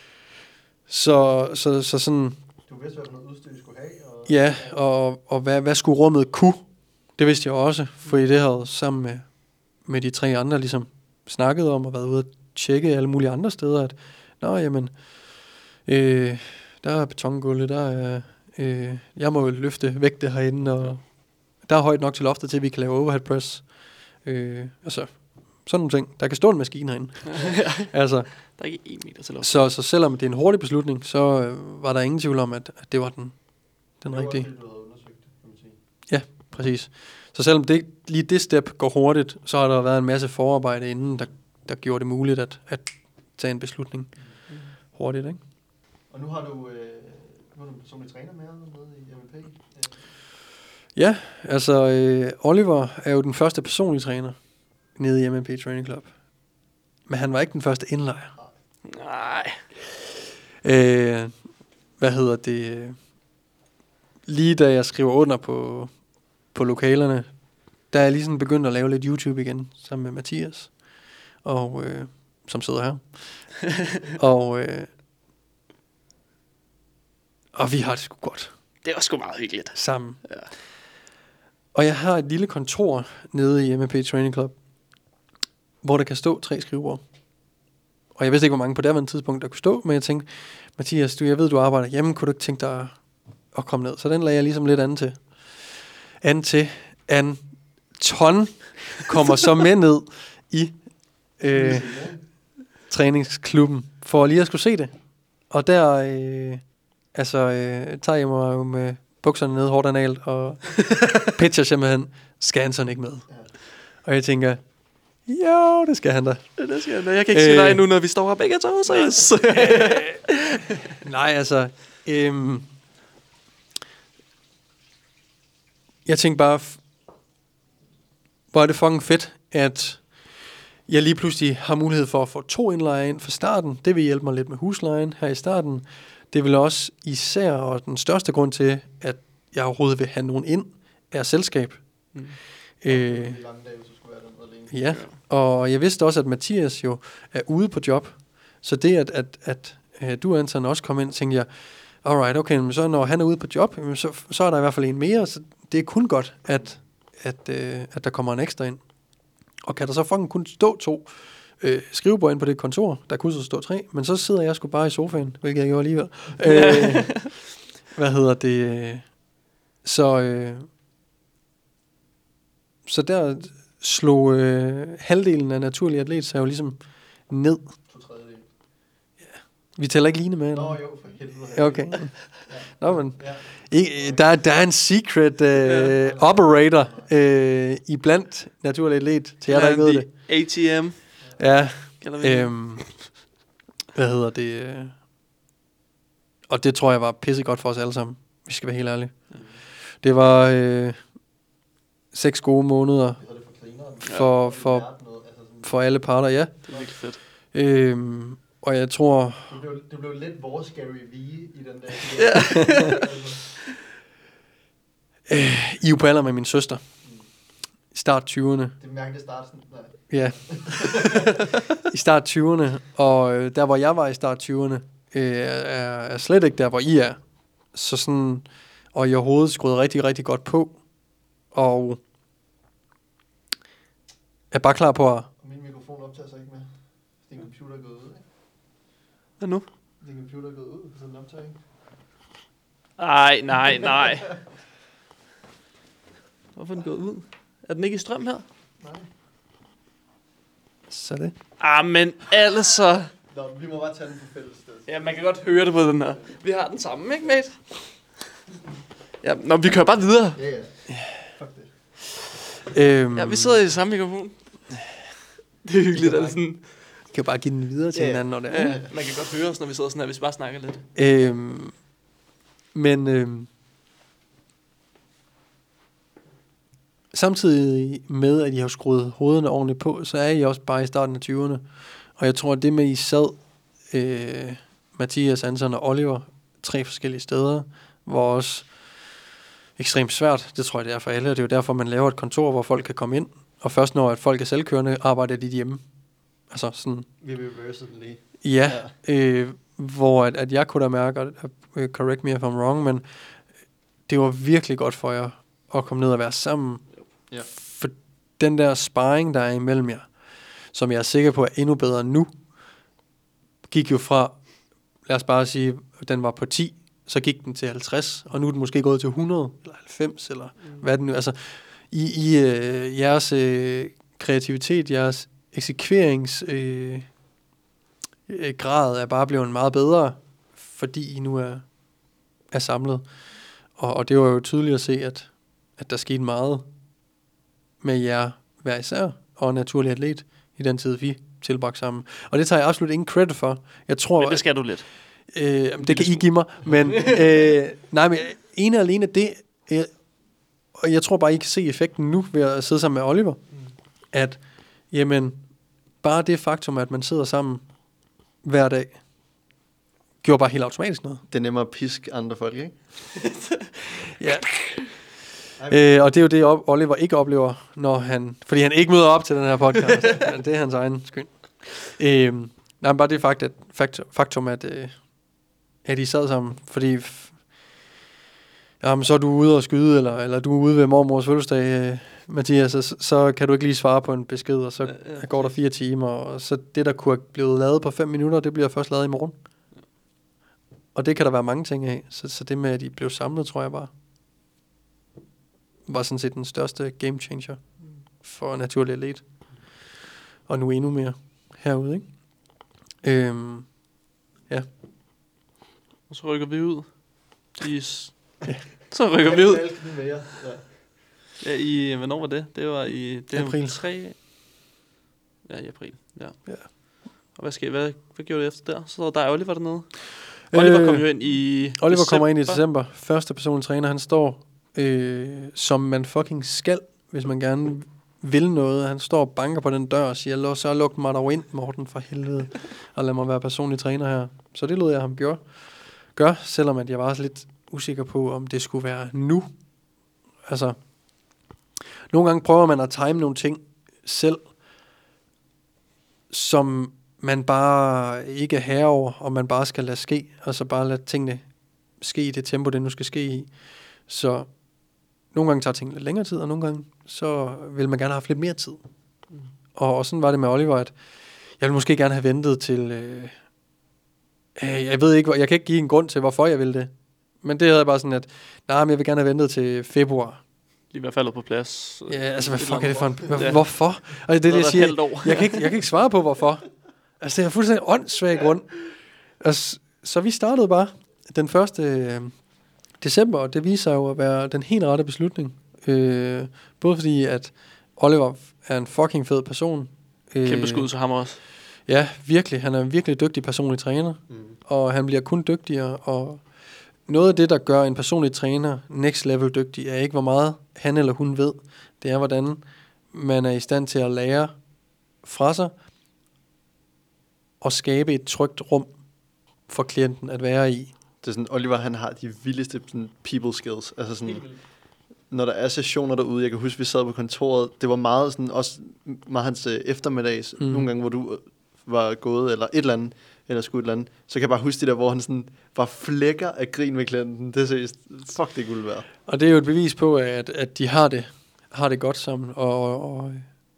så, så, så sådan, du vidste, hvad noget udstyr I skulle have? Og ja, og, og hvad, hvad skulle rummet kunne? Det vidste jeg også, fordi det havde sammen med, med de tre andre ligesom snakket om, og været ude at tjekke alle mulige andre steder, at nå, jamen, øh, der er betongulve, der er, øh, jeg må jo løfte vægte herinde, og der er højt nok til loftet til, at vi kan lave overhead press. Øh, altså, sådan nogle ting. Der kan stå en maskine herinde. Altså, der er ikke en meter til loftet. Så, så selvom det er en hurtig beslutning, så øh, var der ingen tvivl om, at, at det var den, den det rigtige. Det var det, du havde undersøgt det, kan man sige. Ja, præcis. Så selvom det, lige det step går hurtigt, så har der været en masse forarbejde inden, der, der gjorde det muligt at, at tage en beslutning mm. hurtigt, ikke? Og nu har du, øh, nu har du en personlig træner med nede i M M P. Ja, altså øh, Oliver er jo den første personlige træner nede i M M P Training Club. Men han var ikke den første indlejer. Nej. Øh, hvad hedder det? Lige da jeg skriver under på, på lokalerne, der er jeg lige sådan begyndt at lave lidt YouTube igen, sammen med Mathias, og, øh, som sidder her. og, øh, og vi har det sgu godt. Det var sgu meget hyggeligt. Sammen. Ja. Og jeg har et lille kontor nede i M M P Training Club, hvor der kan stå tre skrivebord. Og jeg vidste ikke, hvor mange på det tidspunkt, der kunne stå, men jeg tænkte, Mathias, du, jeg ved, du arbejder hjemme, kunne du ikke tænke dig at komme ned? Så den lagde jeg ligesom lidt an til. An til. An ton kommer så med ned i øh, træningsklubben, for lige at skulle se det. Og der, øh, altså, øh, tager jeg mig jo med bukserne ned hårdt analt, og pitcher simpelthen, skal han sådan ikke med? Og jeg tænker, jo, det skal han da. Det skal han da. Jeg kan ikke sige nej nu, når vi står her begge to, så yes. Nej, altså, øhm, jeg tænkte bare, hvor er det fucking fedt, at jeg lige pludselig har mulighed for at få to indlejre ind fra starten. Det vil hjælpe mig lidt med huslejen her i starten. Det vil også især, og den største grund til, at jeg overhovedet vil have nogen ind, er selskab. Mm. Øh, ja, og jeg vidste også, at Mathias jo er ude på job. Så det, at, at, at, at du, Anton, også kom ind, tænkte jeg, alright, okay, men så når han er ude på job, så, så er der i hvert fald en mere, så det er kun godt, at, at, øh, at der kommer en ekstra ind. Og kan der så fucking kun stå to øh, skrivebord ind på det kontor, der kunne så stå tre, men så sidder jeg sgu bare i sofaen, hvilket jeg gjorde alligevel. øh, hvad hedder det? Så, øh, så der slog øh, halvdelen af naturlige atlet sig jo ligesom ned. To tredjedel. Vi tæller ikke Line med. Nå jo, for helvede. Ja, okay. Ja. Nå, men Ja. ikke, der, der er en secret øh, operator øh, i blandt naturlig atlet, til jer, der ikke ved det. A T M. Ja, Kalder vi det. øhm, hvad hedder det? øh, Og det tror jeg var pissegodt for os alle sammen, vi skal være helt ærlige. Det var øh, seks gode måneder for, for, for alle parter, ja. Det er virkelig fedt. Øhm, og jeg tror... Det blev, det blev lidt vores Gary Vee i den der. Øh, I er jo på alder med min søster. I start tyverne. Det mærkeligt start sådan. Nej. Ja. I start tyverne. Og øh, der, hvor jeg var i start tyverne, øh, er, er slet ikke der, hvor I er. Så sådan... Og i overhovedet skruede rigtig, rigtig godt på. Og... er bare klar på at... Og min mikrofon optager sig ikke med. Din computer er gået ud, ikke? Hvad nu? Din computer er gået ud, så den optager ikke. Ej, nej, nej. Hvorfor er den gået ud? Er den ikke i strøm her? Nej. Så det. Ah, men altså... Nå, vi må bare tage den på fælles sted. Ja, man kan godt høre det på den her. Vi har den samme, ikke, mate? Ja, nå, vi kører bare videre. Ja, ja. Fuck det. Øhm, Ja, vi sidder i det samme mikrofon. Det er hyggeligt, at det sådan... kan jo bare give den videre til Ja. hinanden, når det Ja, er. man kan godt høre os, når vi sidder sådan her, hvis vi bare snakker lidt. Øhm, men øhm, samtidig med, at I har skruet hovederne ordentligt på, så er I også bare i starten af tyverne. Og jeg tror, at det med, at I sad, øh, Mathias, Anton og Oliver, tre forskellige steder, var også ekstremt svært. Det tror jeg, det er for alle. Det er jo derfor, man laver et kontor, hvor folk kan komme ind. Og først når at folk er selvkørende, arbejder de hjemme. Altså sådan... Vi reversede den lige. Ja, ja. Øh, hvor at, at jeg kunne da mærke, og uh, correct me if I'm wrong, men det var virkelig godt for jer at komme ned og være sammen. Ja. For den der sparring, der er imellem jer, som jeg er sikker på er endnu bedre nu, gik jo fra, lad os bare sige, den var på ti, så gik den til halvtreds, og nu er den måske gået til hundrede, eller halvfems, eller mm. hvad den nu, altså, i, i øh, jeres øh, kreativitet, jeres eksekverings øh, øh, grad er bare blevet meget bedre, fordi I nu er, er samlet. Og, og det var jo tydeligt at se, at, at der skete meget med jer hver især, og naturlig atlet i den tid, vi tilbragte sammen. Og det tager jeg absolut ingen credit for. Jeg tror, Men det skal du lidt. Øh, det kan I give mig, men øh, nej, men ene og alene det, øh, og jeg tror bare, I kan se effekten nu ved at sidde sammen med Oliver, mm. at jamen, bare det faktum, at man sidder sammen hver dag, gjorde bare helt automatisk noget. Det er nemmere at piske andre folk, ikke? Ja. Øh, og det er jo det, Oliver ikke oplever, når han, fordi han ikke møder op til den her podcast. Men det er hans egen skyld. Øh, nej, men bare det fakt, at, faktum, faktum at, øh, at I sad sammen, fordi f- jamen, så er du ude og skyde, eller, eller du er ude ved mormors fødselsdag, øh, Mathias, så, så kan du ikke lige svare på en besked, og så ja, ja, går der fire timer, og så det, der kunne have blevet lavet på fem minutter, det bliver først lavet i morgen. Og det kan der være mange ting af, så, så det med, at I blev samlet, tror jeg bare, var sådan set den største game changer for naturlig atlet. Og nu endnu mere herude, ikke? Øhm, ja. Og så rykker vi ud. I s- så rykker vi ud. Ja, i, hvornår var det? Det var i det April. Var tre. Ja, i april. Ja. Ja. Og hvad skete? Hvad, hvad gjorde du efter der? Så var der Oliver dernede. Oliver Øh, kom jo ind i Oliver kommer ind i december. Første personlig træner. Han står, øh, som man fucking skal, hvis man gerne vil noget. Han står og banker på den dør og siger, så luk mig dog ind, Morten, for helvede. Og lad mig være personlig træner her. Så det lød jeg ham gøre. Gør, selvom at jeg var også lidt usikker på, om det skulle være nu. Altså, nogle gange prøver man at time nogle ting selv, som man bare ikke er herre over, og man bare skal lade ske, og så bare lade tingene ske i det tempo, det nu skal ske i. Så nogle gange tager ting lidt længere tid, og nogle gange så vil man gerne have haft lidt mere tid. Mm. Og, og sådan var det med Oliver, at jeg ville måske gerne have ventet til... Øh, øh, jeg ved ikke, jeg kan ikke give en grund til, hvorfor jeg ville det. Men det havde jeg bare sådan, at nej, men jeg vil gerne have ventet til februar. Lige være faldet på plads. Ja, altså hvad fuck er det for en... Ja. Hvorfor? Og det er det, jeg siger. Jeg kan, ikke, jeg kan ikke svare på, hvorfor. Altså, det er fuldstændig åndssvag grund. Altså, så vi startede bare den første øh, december, og det viser jo at være den helt rette beslutning. Øh, både fordi, at Oliver er en fucking fed person. Øh, Kæmpe skud til ham også. Ja, virkelig. Han er en virkelig dygtig personlig træner. Mm. Og han bliver kun dygtigere. Og noget af det, der gør en personlig træner next level dygtig, er ikke, hvor meget han eller hun ved. Det er, hvordan man er i stand til at lære fra sig og skabe et trygt rum for klienten at være i. Det er sådan, Oliver, han har de vildeste sådan, people skills. Altså sådan, når der er sessioner derude, jeg kan huske, vi sad på kontoret, det var meget sådan, også meget hans øh, eftermiddags, mm. nogle gange, hvor du øh, var gået, eller et eller andet, eller skulle et eller andet, så kan jeg bare huske det der, hvor han sådan var flækker af grin med klienten. Det er seriøst, fuck, det kunne være. Og det er jo et bevis på, at, at de har det, har det godt sammen, og, og,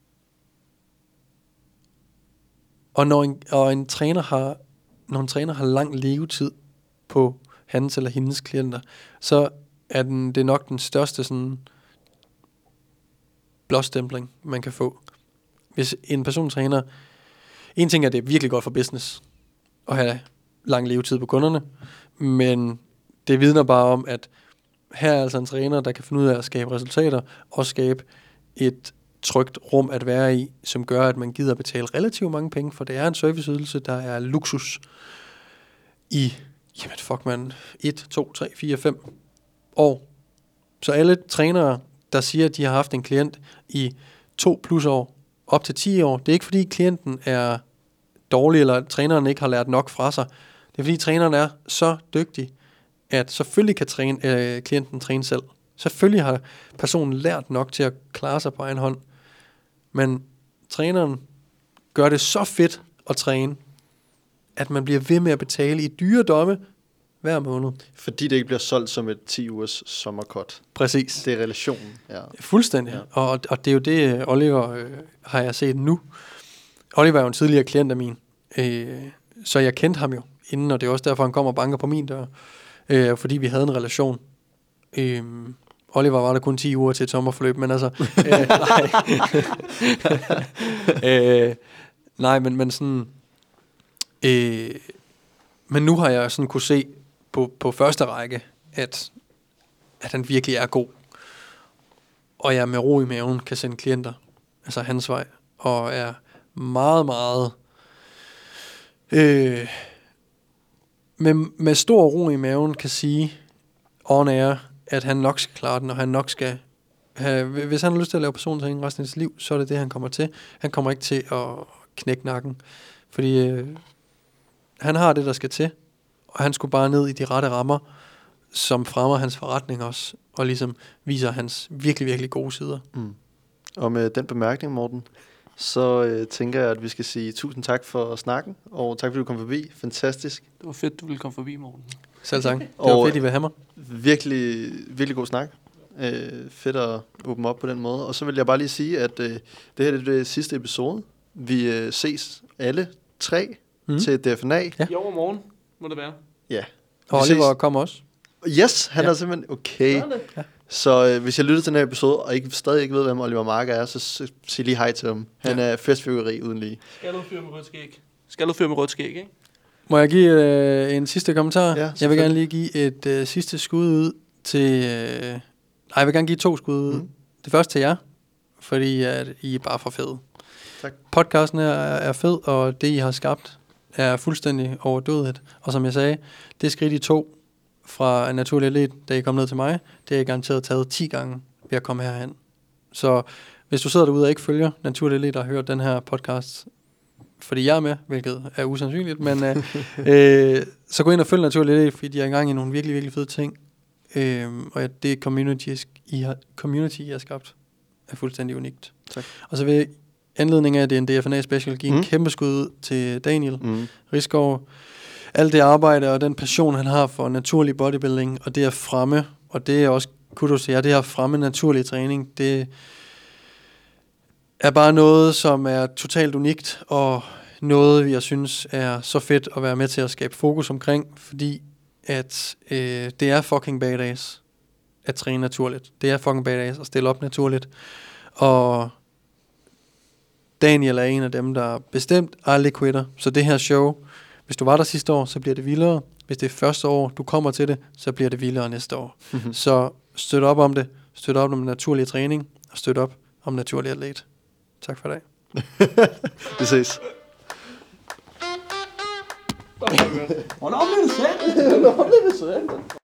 og, når en, og en træner har, når en træner har lang levetid på hans eller hendes klienter, så er den, det er nok den største sådan blåstempling, man kan få. Hvis en person træner, en ting er, det er virkelig godt for business at have lang levetid på kunderne, men det vidner bare om, at her er altså en træner, der kan finde ud af at skabe resultater, og skabe et trygt rum at være i, som gør, at man gider betale relativt mange penge, for det er en serviceydelse, der er luksus i, jamen fuck man, et, to, tre, fire, fem år. Så alle trænere, der siger, at de har haft en klient i to plus år, op til ti år, det er ikke fordi klienten er dårlig, eller træneren ikke har lært nok fra sig. Det er fordi træneren er så dygtig, at selvfølgelig kan træne, øh, klienten træne selv. Selvfølgelig har personen lært nok til at klare sig på egen hånd. Men træneren gør det så fedt at træne, at man bliver ved med at betale i dyre domme hver måned. Fordi det ikke bliver solgt som et ti ugers sommerkort. Præcis. Det er relationen. Ja. Fuldstændig. Ja. Og, og det er jo det, Oliver øh, har jeg set nu. Oliver er jo en tidligere klient af min. Øh, så jeg kendte ham jo inden, og det er også derfor, han kommer og banker på min dør. Øh, fordi vi havde en relation. Øh, Oliver var der kun ti uger til et sommerforløb, men altså... øh, nej. øh, nej, men, men sådan... Øh, men nu har jeg sådan kunne se på, på første række, at, at han virkelig er god. Og jeg med ro i maven kan sende klienter, altså hans vej, og er meget, meget... Øh, med, med stor ro i maven kan sige on air, at han nok skal klare den, og han nok skal have, hvis han har lyst til at lave persontræning resten af sit liv, så er det det, han kommer til. Han kommer ikke til at knække nakken, fordi øh, han har det, der skal til, og han skulle bare ned i de rette rammer, som fremmer hans forretning også, og ligesom viser hans virkelig, virkelig gode sider. Mm. Og med den bemærkning, Morten, så øh, tænker jeg, at vi skal sige tusind tak for snakken, og tak fordi du kom forbi. Fantastisk. Det var fedt, du ville komme forbi, Morten. Selv tak. Det var og fedt, I vil have mig. Virkelig, virkelig god snak. Øh, fedt at åbne op på den måde. Og så vil jeg bare lige sige, at øh, det her er det sidste episode. Vi øh, ses alle tre mm. til D F N A. Ja. I overmorgen må det være. Ja. Og Oliver kommer også. Yes, han ja. er simpelthen okay. Ja. Så øh, hvis jeg lytter til den her episode, og ikke, stadig ikke ved, hvem Oliver Marker er, så, så sig lige hej til ham. Han ja. er festfyrkeri uden lige. Skaldet fyr med rødt skæg. Skaldet fyr med rødt skæg, ikke? Må jeg give øh, en sidste kommentar? Ja, jeg vil gerne lige give et øh, sidste skud ud til... Øh, nej, jeg vil gerne give to skud ud. Mm. Det første til jer, fordi at I er bare for fede. Tak. Podcasten er, er fed, og det I har skabt er fuldstændig overdødigt. Og som jeg sagde, det skridt I to fra en naturlig atlet, da I kom ned til mig, det er jeg garanteret taget ti gange ved at komme herhen. Så hvis du sidder derude og ikke følger naturlig atlet og har hørt den her podcast, fordi jeg er med, hvilket er usandsynligt, men øh, øh, så gå ind og følg naturlig atlet, fordi de er i gang i nogle virkelig, virkelig fede ting. Øh, og det community, I har, community, I har skabt, er fuldstændig unikt. Tak. Og så vil anledning af, at det er en D F N A special, give mm. en kæmpe skud til Daniel mm. Rigsgaard, alt det arbejde og den passion, han har for naturlig bodybuilding, og det at fremme, og det er også, kunne du sige, det at fremme naturlig træning, det er bare noget, som er totalt unikt, og noget, jeg synes er så fedt at være med til at skabe fokus omkring, fordi at øh, det er fucking badass at træne naturligt. Det er fucking badass at stille op naturligt. Og Daniel er en af dem, der bestemt aldrig quitter. Så det her show, hvis du var der sidste år, så bliver det vildere. Hvis det er første år, du kommer til det, så bliver det vildere næste år. Mm-hmm. Så støt op om det. Støt op om naturlig træning, og støt op om naturlig atlet. Tak for i dag. Vi ses. Hvornår blev det sendt? Hvornår blev det sendt?